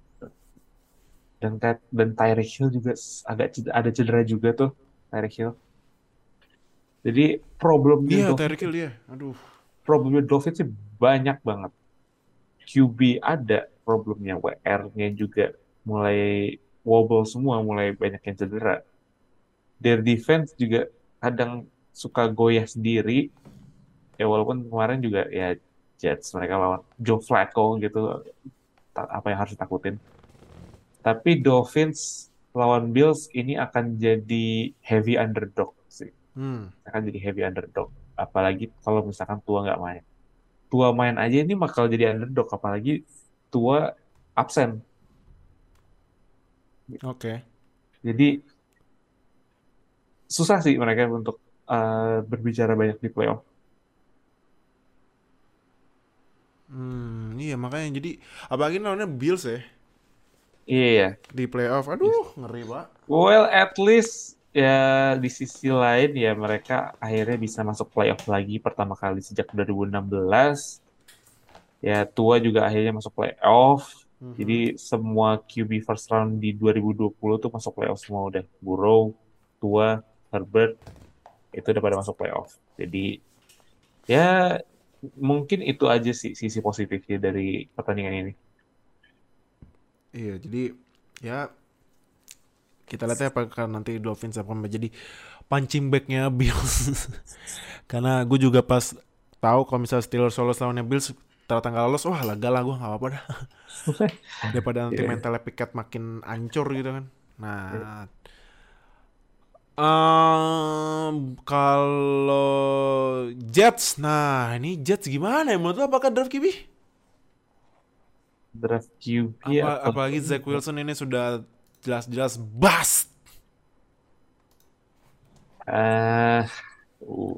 dan Tyreek Hill juga agak ada cedera juga tuh Tyreek Hill. Jadi problemnya Iya, Dolphins Tyreek Hill ya. Aduh. problemnya Dolphins sih banyak banget. QB ada problemnya, WR-nya juga mulai wobble semua, mulai banyak yang cedera. Their defense juga kadang suka goyah sendiri. Ya walaupun kemarin juga ya Jets mereka lawan Joe Flacco gitu, apa yang harus ditakutin. Tapi Dolphins lawan Bills ini akan jadi heavy underdog sih. Hmm. Akan jadi heavy underdog. Apalagi kalau misalkan Tua nggak main. Tua main aja ini bakal jadi underdog. Apalagi Tua absen. Oke. Jadi susah sih mereka untuk berbicara banyak di playoff. Iya makanya jadi apalagi lawannya Bills ya Iya. di playoff. Aduh, ngeri, Pak. Well, at least ya di sisi lain ya mereka akhirnya bisa masuk playoff lagi pertama kali sejak 2016. Ya Tua juga akhirnya masuk playoff. Mhm. Jadi semua QB first round di 2020 tuh masuk playoff semua udah. Burrow, Tua, Herbert itu udah pada masuk playoff. Jadi ya mungkin itu aja sih sisi positifnya dari pertandingan ini. Iya, jadi ya kita lihat ya apakah nanti Dolphins akan menjadi punching bag-nya Bills. Karena gue juga pas tahu kalau misalnya Steelers lolos lawannya Bills ternyata nggak lolos, wah lega lah gue, nggak apa-apa dah. Daripada nanti Iya. mentalnya Pickett makin ancur gitu kan. Iya. Nah, kalau Jets, nah ini Jets gimana ya? Menurut lo apakah draft QB? Draft QB atau Apalagi Zach Wilson ini sudah jelas-jelas bust. eh uh,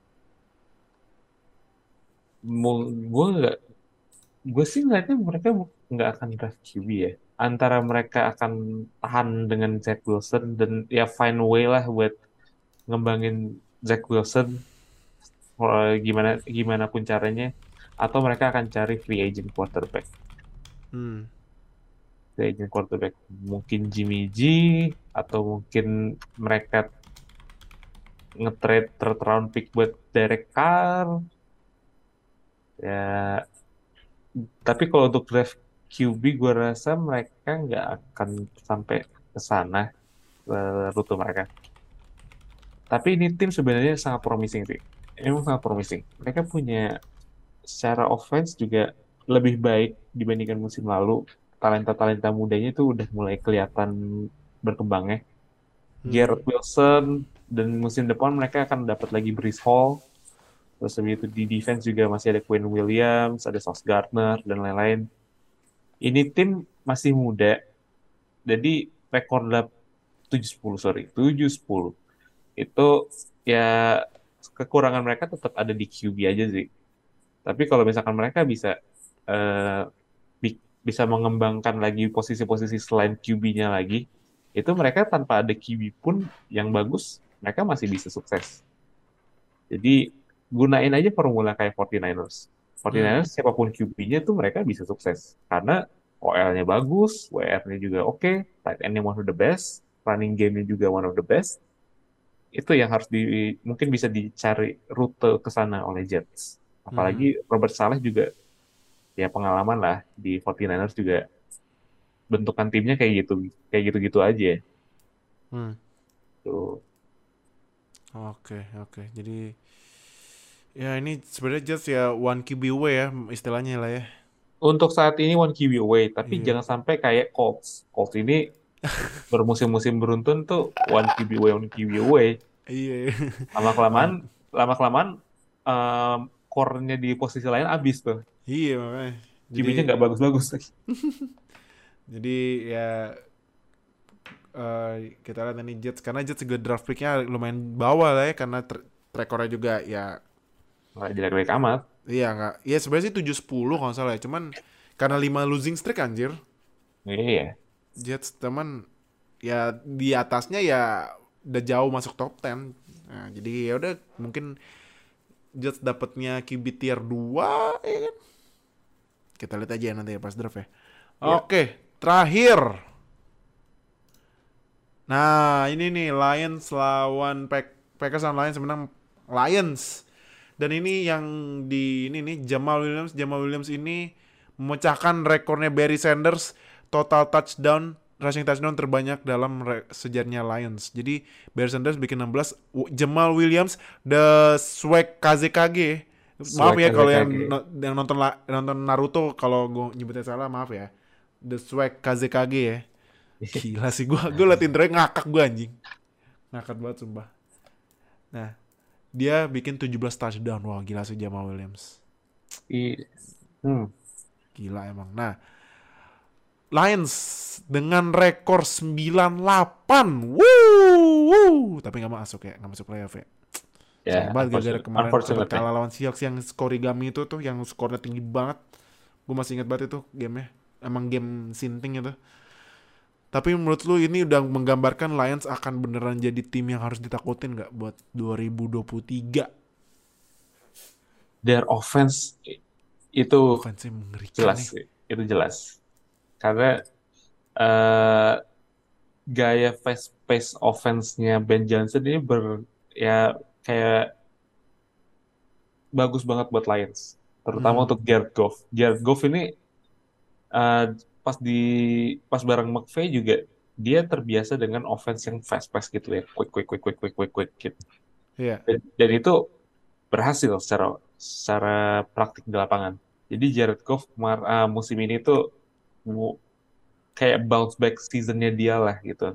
gue nggak gue sih ngeliatnya mereka nggak akan draft QB ya. Antara mereka akan tahan dengan Zach Wilson dan ya find a way lah buat ngembangin Zach Wilson gimana gimana pun caranya, atau mereka akan cari free agent quarterback. Hmm. Free agent quarterback mungkin Jimmy G atau mungkin mereka nge-trade third round pick buat Derek Carr. Ya, tapi kalau untuk draft QB gue rasa mereka nggak akan sampai ke sana rute mereka. Tapi ini tim sebenarnya sangat promising sih. Emang sangat promising. Mereka punya secara offense juga lebih baik dibandingkan musim lalu. Talenta-talenta mudanya itu udah mulai kelihatan berkembangnya. Garrett Wilson dan musim depan mereka akan dapat lagi Breece Hall. Terus habis itu di defense juga masih ada Quinn Williams, ada Sauce Gardner dan lain-lain. Ini tim masih muda, jadi rekor 7-10 sorry 7-10 itu ya kekurangan mereka tetap ada di QB aja sih. Tapi kalau misalkan mereka bisa eh, bisa mengembangkan lagi posisi-posisi selain QB-nya lagi, itu mereka tanpa ada QB pun yang bagus, mereka masih bisa sukses. Jadi gunain aja formula kayak 49ers. 49ers siapapun QB-nya tuh mereka bisa sukses. Karena OL-nya bagus, WR-nya juga oke, tight end-nya one of the best, running game-nya juga one of the best. Itu yang harus mungkin bisa dicari rute ke sana oleh Jets. Apalagi Robert Saleh juga ya pengalaman lah di 49ers juga bentukan timnya kayak gitu-gitu aja. Tuh. Oke. Jadi ya ini sebenarnya just ya one QB away ya istilahnya lah ya. Untuk saat ini one QB away, tapi Iya. jangan sampai kayak Colts. Colts ini bermusim-musim beruntun tuh one QB away, one QB away. Iya. Lama-kelamaan, Nah, lama-kelamaan core-nya di posisi lain habis tuh. iya makanya. QB-nya nggak bagus-bagus lagi. Jadi ya kita lihat ini Jets karena Jets juga draft pick-nya lumayan bawah lah ya karena rekornya juga ya Nggak jelek-jelek amat. iya nggak ya sebenarnya sih 7-10 kalau nggak salah ya cuman karena 5 losing streak anjir Iya. Jets teman ya di atasnya ya udah jauh masuk top 10. Nah, jadi ya udah mungkin Jets dapatnya QB tier 2 ya kan. Kita lihat aja nanti ya pas draft ya. Iya. Oke, terakhir. Nah, ini nih Lions lawan Packers lawan Lions menang Lions. Dan ini yang ini nih Jamal Williams ini memecahkan rekornya Barry Sanders total rushing touchdown terbanyak dalam sejarahnya Lions. Jadi Barry Sanders bikin 16, Jamal Williams the swag KZKG. Maaf ya kalau yang nonton Naruto kalau gue nyebutnya salah maaf ya. The swag KZKG ya. Gila sih gue liat intronya ngakak gue anjing. Ngakak banget sumpah. Nah, dia bikin 17 touchdown. Wah, gila sih Jamal Williams. Gila emang. Nah, Lions dengan rekor 9-8. Woo! Tapi gak masuk ya, gak masuk playoff ya. Ya, gara-gara kemarin sempat kalah lawan Seahawks yang skorigami itu tuh, yang skornya tinggi banget. Gue masih ingat banget itu gamenya. Emang game sinting itu. Tapi menurut lu ini udah menggambarkan Lions akan beneran jadi tim yang harus ditakutin gak buat 2023? Their offense itu jelas, nih. Itu jelas. Karena gaya fast pace offense-nya Ben Johnson ini kayak bagus banget buat Lions, terutama untuk Jared Goff. Jared Goff ini pas bareng McVay juga dia terbiasa dengan offense yang fast pace gitu ya, quick gitu. Iya. Dan itu berhasil secara praktik di lapangan. Jadi Jared Goff musim ini tuh kayak bounce back seasonnya dia lah gitu.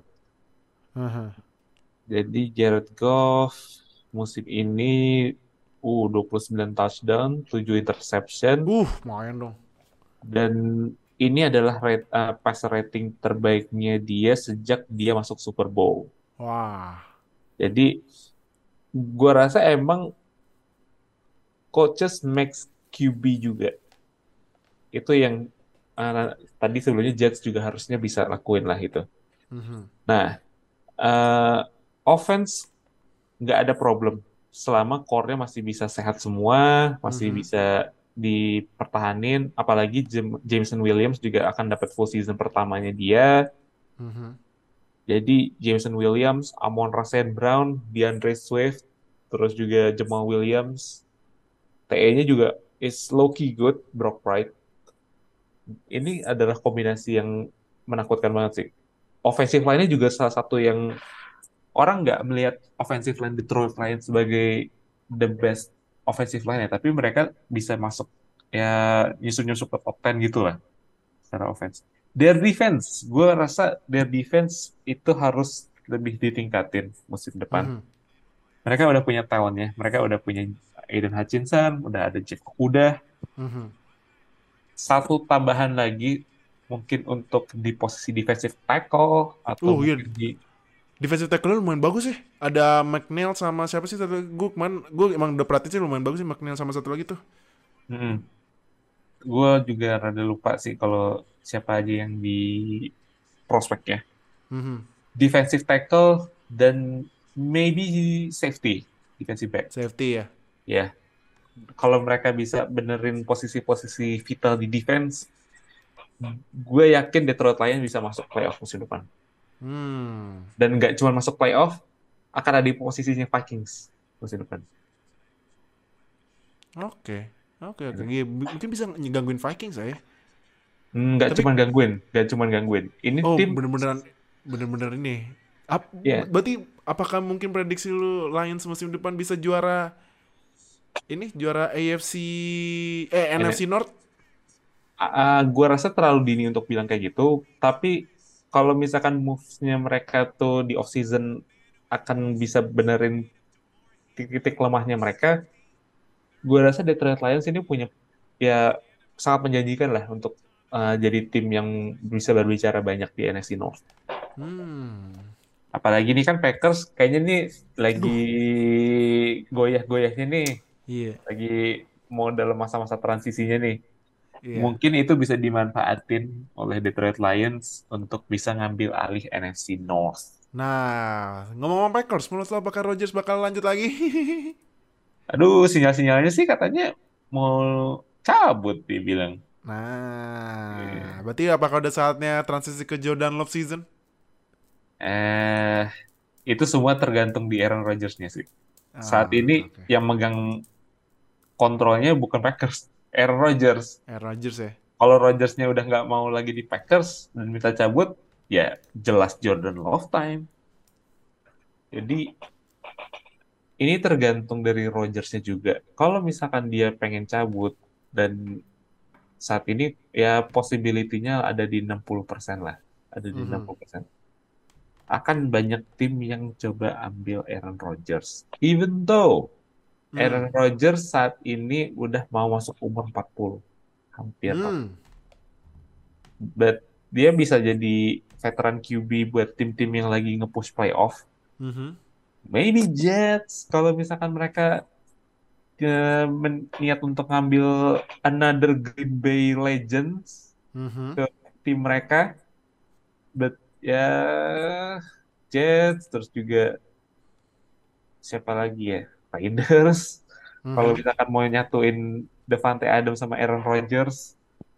Jadi Jared Goff musim ini 29 touchdown, 7 interception. Lumayan dong. Dan ini adalah passer rating terbaiknya dia sejak dia masuk Super Bowl. Wah. Jadi gua rasa emang coaches makes QB juga. Itu yang tadi sebelumnya Jets juga harusnya bisa lakuin lah gitu. Nah, offense nggak ada problem selama core-nya masih bisa sehat semua, masih bisa dipertahanin, apalagi Jameson Williams juga akan dapat full season pertamanya dia. Jadi Jameson Williams, Amon-Ra St. Brown, DeAndre Swift, terus juga Jamal Williams, TE-nya juga is low-key good, Brock Wright. Ini adalah kombinasi yang menakutkan banget sih. Offensive line-nya juga salah satu yang orang nggak melihat offensive line Detroit Lions sebagai the best offensive line ya, tapi mereka bisa masuk ya nyusun-nyusun ke top 10 gitu lah secara offense. Their defense, gue rasa their defense itu harus lebih ditingkatin musim depan. Mereka udah punya talentnya, mereka udah punya Aiden Hutchinson, udah ada Jeff Okudah. Satu tambahan lagi mungkin untuk di posisi defensive tackle atau mungkin di defensive tackle lumayan bagus sih. Ada McNeil sama siapa sih satu? Gue emang udah perhatiin sih lumayan bagus sih McNeil sama satu lagi tuh. Gue juga rada lupa sih kalau siapa aja yang di prospeknya. Defensive tackle dan maybe safety, defensive back. Safety ya. Ya. kalau mereka bisa benerin posisi-posisi vital di defense, gue yakin Detroit Lions bisa masuk playoff musim depan. Dan nggak cuma masuk playoff, akan ada di posisinya Vikings musim depan. Oke. Iya, mungkin bisa ngegangguin Vikings ya. Nggak Tapi cuma gangguin. Ini tim, bener-bener ini. ya, Berarti apakah mungkin prediksi lu Lions musim depan bisa juara AFC NFC North? gue rasa terlalu dini untuk bilang kayak gitu. Tapi kalau misalkan moves-nya mereka tuh di off season akan bisa benerin titik-titik lemahnya mereka, gue rasa Detroit Lions ini punya ya sangat menjanjikan lah untuk jadi tim yang bisa berbicara banyak di NFC North. Apalagi ini kan Packers kayaknya nih lagi Aduh. goyah-goyahnya nih, Iya. lagi mau dalam masa-masa transisinya nih. Iya. Mungkin itu bisa dimanfaatin oleh Detroit Lions untuk bisa ngambil alih NFC North. Nah, ngomong-ngomong Packers, menurut lo apakah Rodgers bakal lanjut lagi? Aduh, sinyal-sinyalnya sih katanya mau cabut dibilang. Nah, berarti apakah udah saatnya transisi ke Jordan Love season? Itu semua tergantung di Aaron Rodgers-nya sih. Saat ini Oke. yang megang kontrolnya bukan Packers, Aaron Rodgers. Aaron Rodgers ya. Kalau Rodgers-nya udah nggak mau lagi di Packers dan minta cabut, ya jelas Jordan Love time. Jadi ini tergantung dari Rodgers-nya juga. Kalau misalkan dia pengen cabut dan saat ini ya possibility-nya ada di 60% lah. Ada di 60%. Akan banyak tim yang coba ambil Aaron Rodgers. Even though Aaron Rodgers saat ini udah mau masuk umur 40. Hampir 40. But dia bisa jadi veteran QB buat tim-tim yang lagi nge-push playoff. Maybe Jets, kalau misalkan mereka niat untuk ngambil another Green Bay Legends ke tim mereka. But ya Jets, terus juga siapa lagi ya? Raiders. Kalau misalkan mau nyatuin Davante Adams sama Aaron Rodgers.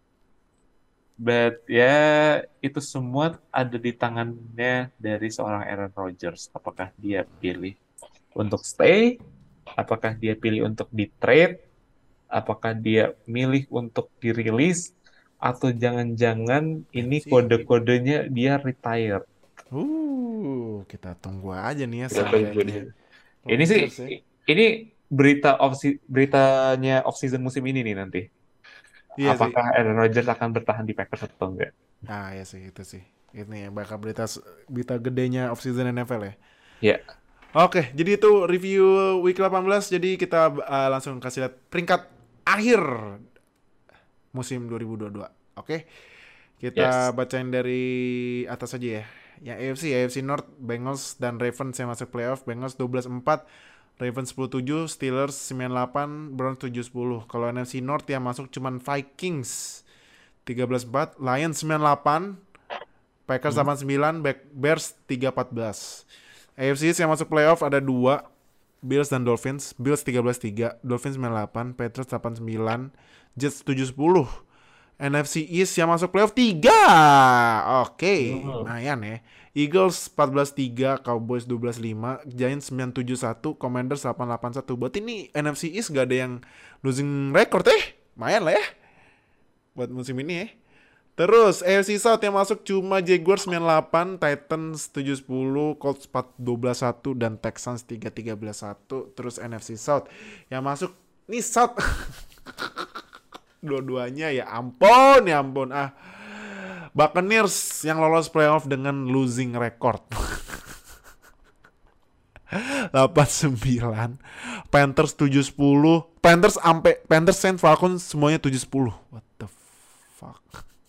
But ya itu semua ada di tangannya dari seorang Aaron Rodgers. Apakah dia pilih untuk stay? Apakah dia pilih untuk di-trade? Apakah dia milih untuk dirilis? Atau jangan-jangan ini kode-kodenya dia retire? Kita tunggu aja nih ya. Ini sih, ini beritanya off-season musim ini nih nanti. Iya apakah Aaron Rodgers akan bertahan di Packers atau enggak? Ya sih, itu sih. Ini yang bakal berita gedenya off-season NFL ya. Iya. Oke, jadi itu review week 18. Jadi kita langsung kasih lihat peringkat akhir musim 2022. Oke. Kita bacain dari atas aja ya. Yang AFC North, Bengals dan Ravens yang masuk playoff. Bengals 12-4, Ravens 10-7, Steelers 9-8, Browns 7-10. Kalau NFC North yang masuk cuman Vikings 13-4, Lions 9-8, Packers 8-9, Bears 3-14. AFC yang masuk playoff ada 2, Bills dan Dolphins. Bills 13-3, Dolphins 9-8, Patriots 8-9, Jets 7-10. NFC East yang masuk playoff 3. Oke, lumayan ya. Eagles 14-3, Cowboys 12-5, Giants 9-7-1, Commanders 8-8-1. Berarti ini NFC East gak ada yang losing record lumayan lah ya buat musim ini ya. Terus AFC South yang masuk cuma Jaguars 9-8, Titans 7-10, Colts 4-12-1 dan Texans 3-13-1. Terus NFC South yang masuk nih South dua-duanya ya ampun. Buccaneers yang lolos playoff dengan losing record 8-9, Panthers 7-10, Panthers Saints Falcons semuanya 7-10. What the fuck.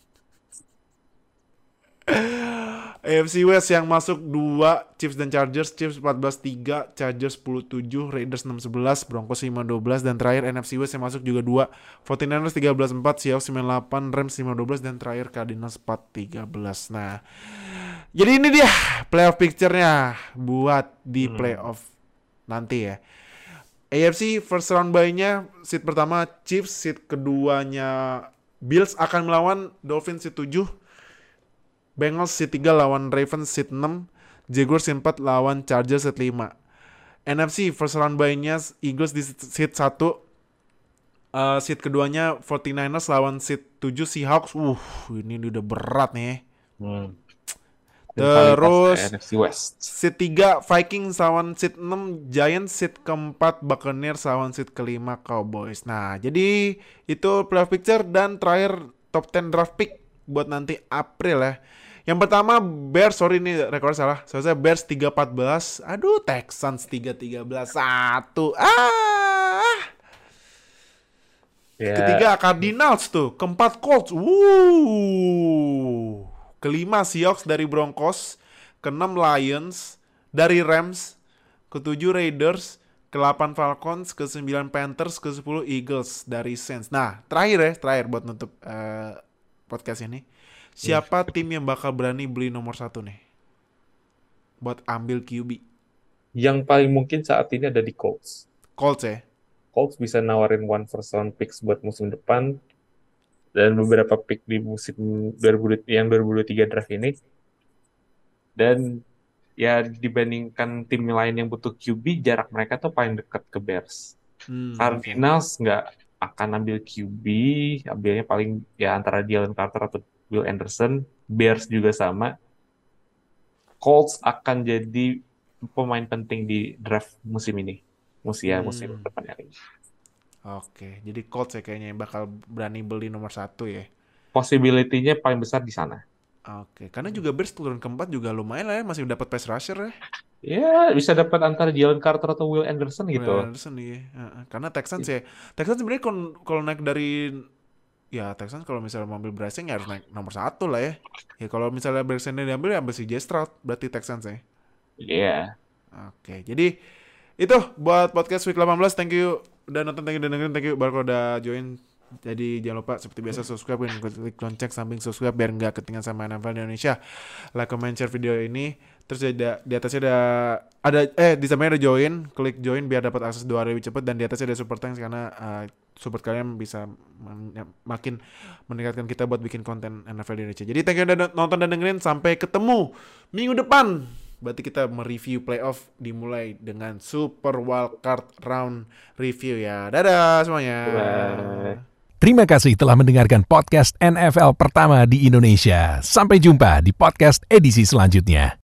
AFC West yang masuk 2, Chiefs dan Chargers. Chiefs 14-3, Chargers 10-7, Raiders 6-11, Broncos 5-12. Dan terakhir NFC West yang masuk juga 2, 49ers 13-4, Seahawks 9-8, Rams 5-12. Dan terakhir Cardinals 4-13. Nah, jadi ini dia playoff picture-nya buat di playoff nanti ya. AFC first round bye-nya seed pertama Chiefs, seed keduanya Bills akan melawan Dolphins seed 7. Bengals seed 3 lawan Ravens seed 6. Jaguars seed 4 lawan Chargers seed 5. NFC first round bye-nya Eagles di seed 1. Seed keduanya 49ers lawan seed 7 Seahawks. Ini udah berat nih. Terus NFC West. Seed 3 Vikings lawan seed 6 Giants, seed keempat Buccaneers lawan seed kelima Cowboys. Nah, jadi itu playoff picture dan terakhir top 10 draft pick buat nanti April ya. Yang pertama Bears, sorry ini rekor salah. Soalnya Bears 3-14. Aduh, Texans 3-13. 1. Ketiga Cardinals tuh, keempat Colts. Kelima Seahawks dari Broncos, keenam Lions dari Rams, ketujuh Raiders, ke-8 Falcons, ke-9 Panthers, ke-10 Eagles dari Saints. Nah, terakhir buat nutup podcast ini. Siapa tim yang bakal berani beli nomor 1 nih? Buat ambil QB. Yang paling mungkin saat ini ada di Colts. Colts ya? Colts bisa nawarin 1 first round picks buat musim depan dan beberapa pick di musim 2023 draft ini. Dan ya dibandingkan tim lain yang butuh QB, jarak mereka tuh paling dekat ke Bears. Cardinals nggak akan ambil QB, ambilnya paling ya antara Jalen Carter atau Will Anderson. Bears juga sama. Colts akan jadi pemain penting di draft musim ini. Musim depan hari ini. Oke, jadi Colts ya kayaknya yang bakal berani beli nomor 1 ya. Possibility-nya paling besar di sana. Oke, karena juga Bears turun keempat juga lumayan lah ya, masih dapat pass rusher ya. Ya, bisa dapat antara Jalen Carter atau Will Anderson gitu. Will Anderson iya. Karena Texans ya, Texans sebenarnya kalau naik dari Texans kalau misalnya mau ambil Bryson ya harus naik nomor 1 lah ya. Ya kalau misalnya Bryson diambil ya ambil si J. Stroud, berarti Texans ya. Iya. Oke, jadi itu buat podcast week 18. Thank you udah nonton, thank you udah dengerin, thank you baru udah join. Jadi jangan lupa seperti biasa subscribe dan klik lonceng samping subscribe biar nggak ketinggalan sama NFL di Indonesia. Like, comment, share video ini. Terus di atasnya ada di sampingnya ada join, klik join biar dapat akses 2 hari lebih cepat, dan di atasnya ada super thanks karena support kalian bisa makin meningkatkan kita buat bikin konten NFL di Indonesia. Jadi thank you udah nonton dan dengerin, sampai ketemu minggu depan. Berarti kita mereview playoff dimulai dengan Super Wildcard Round Review ya. Dadah semuanya. Bye. Terima kasih telah mendengarkan podcast NFL pertama di Indonesia. Sampai jumpa di podcast edisi selanjutnya.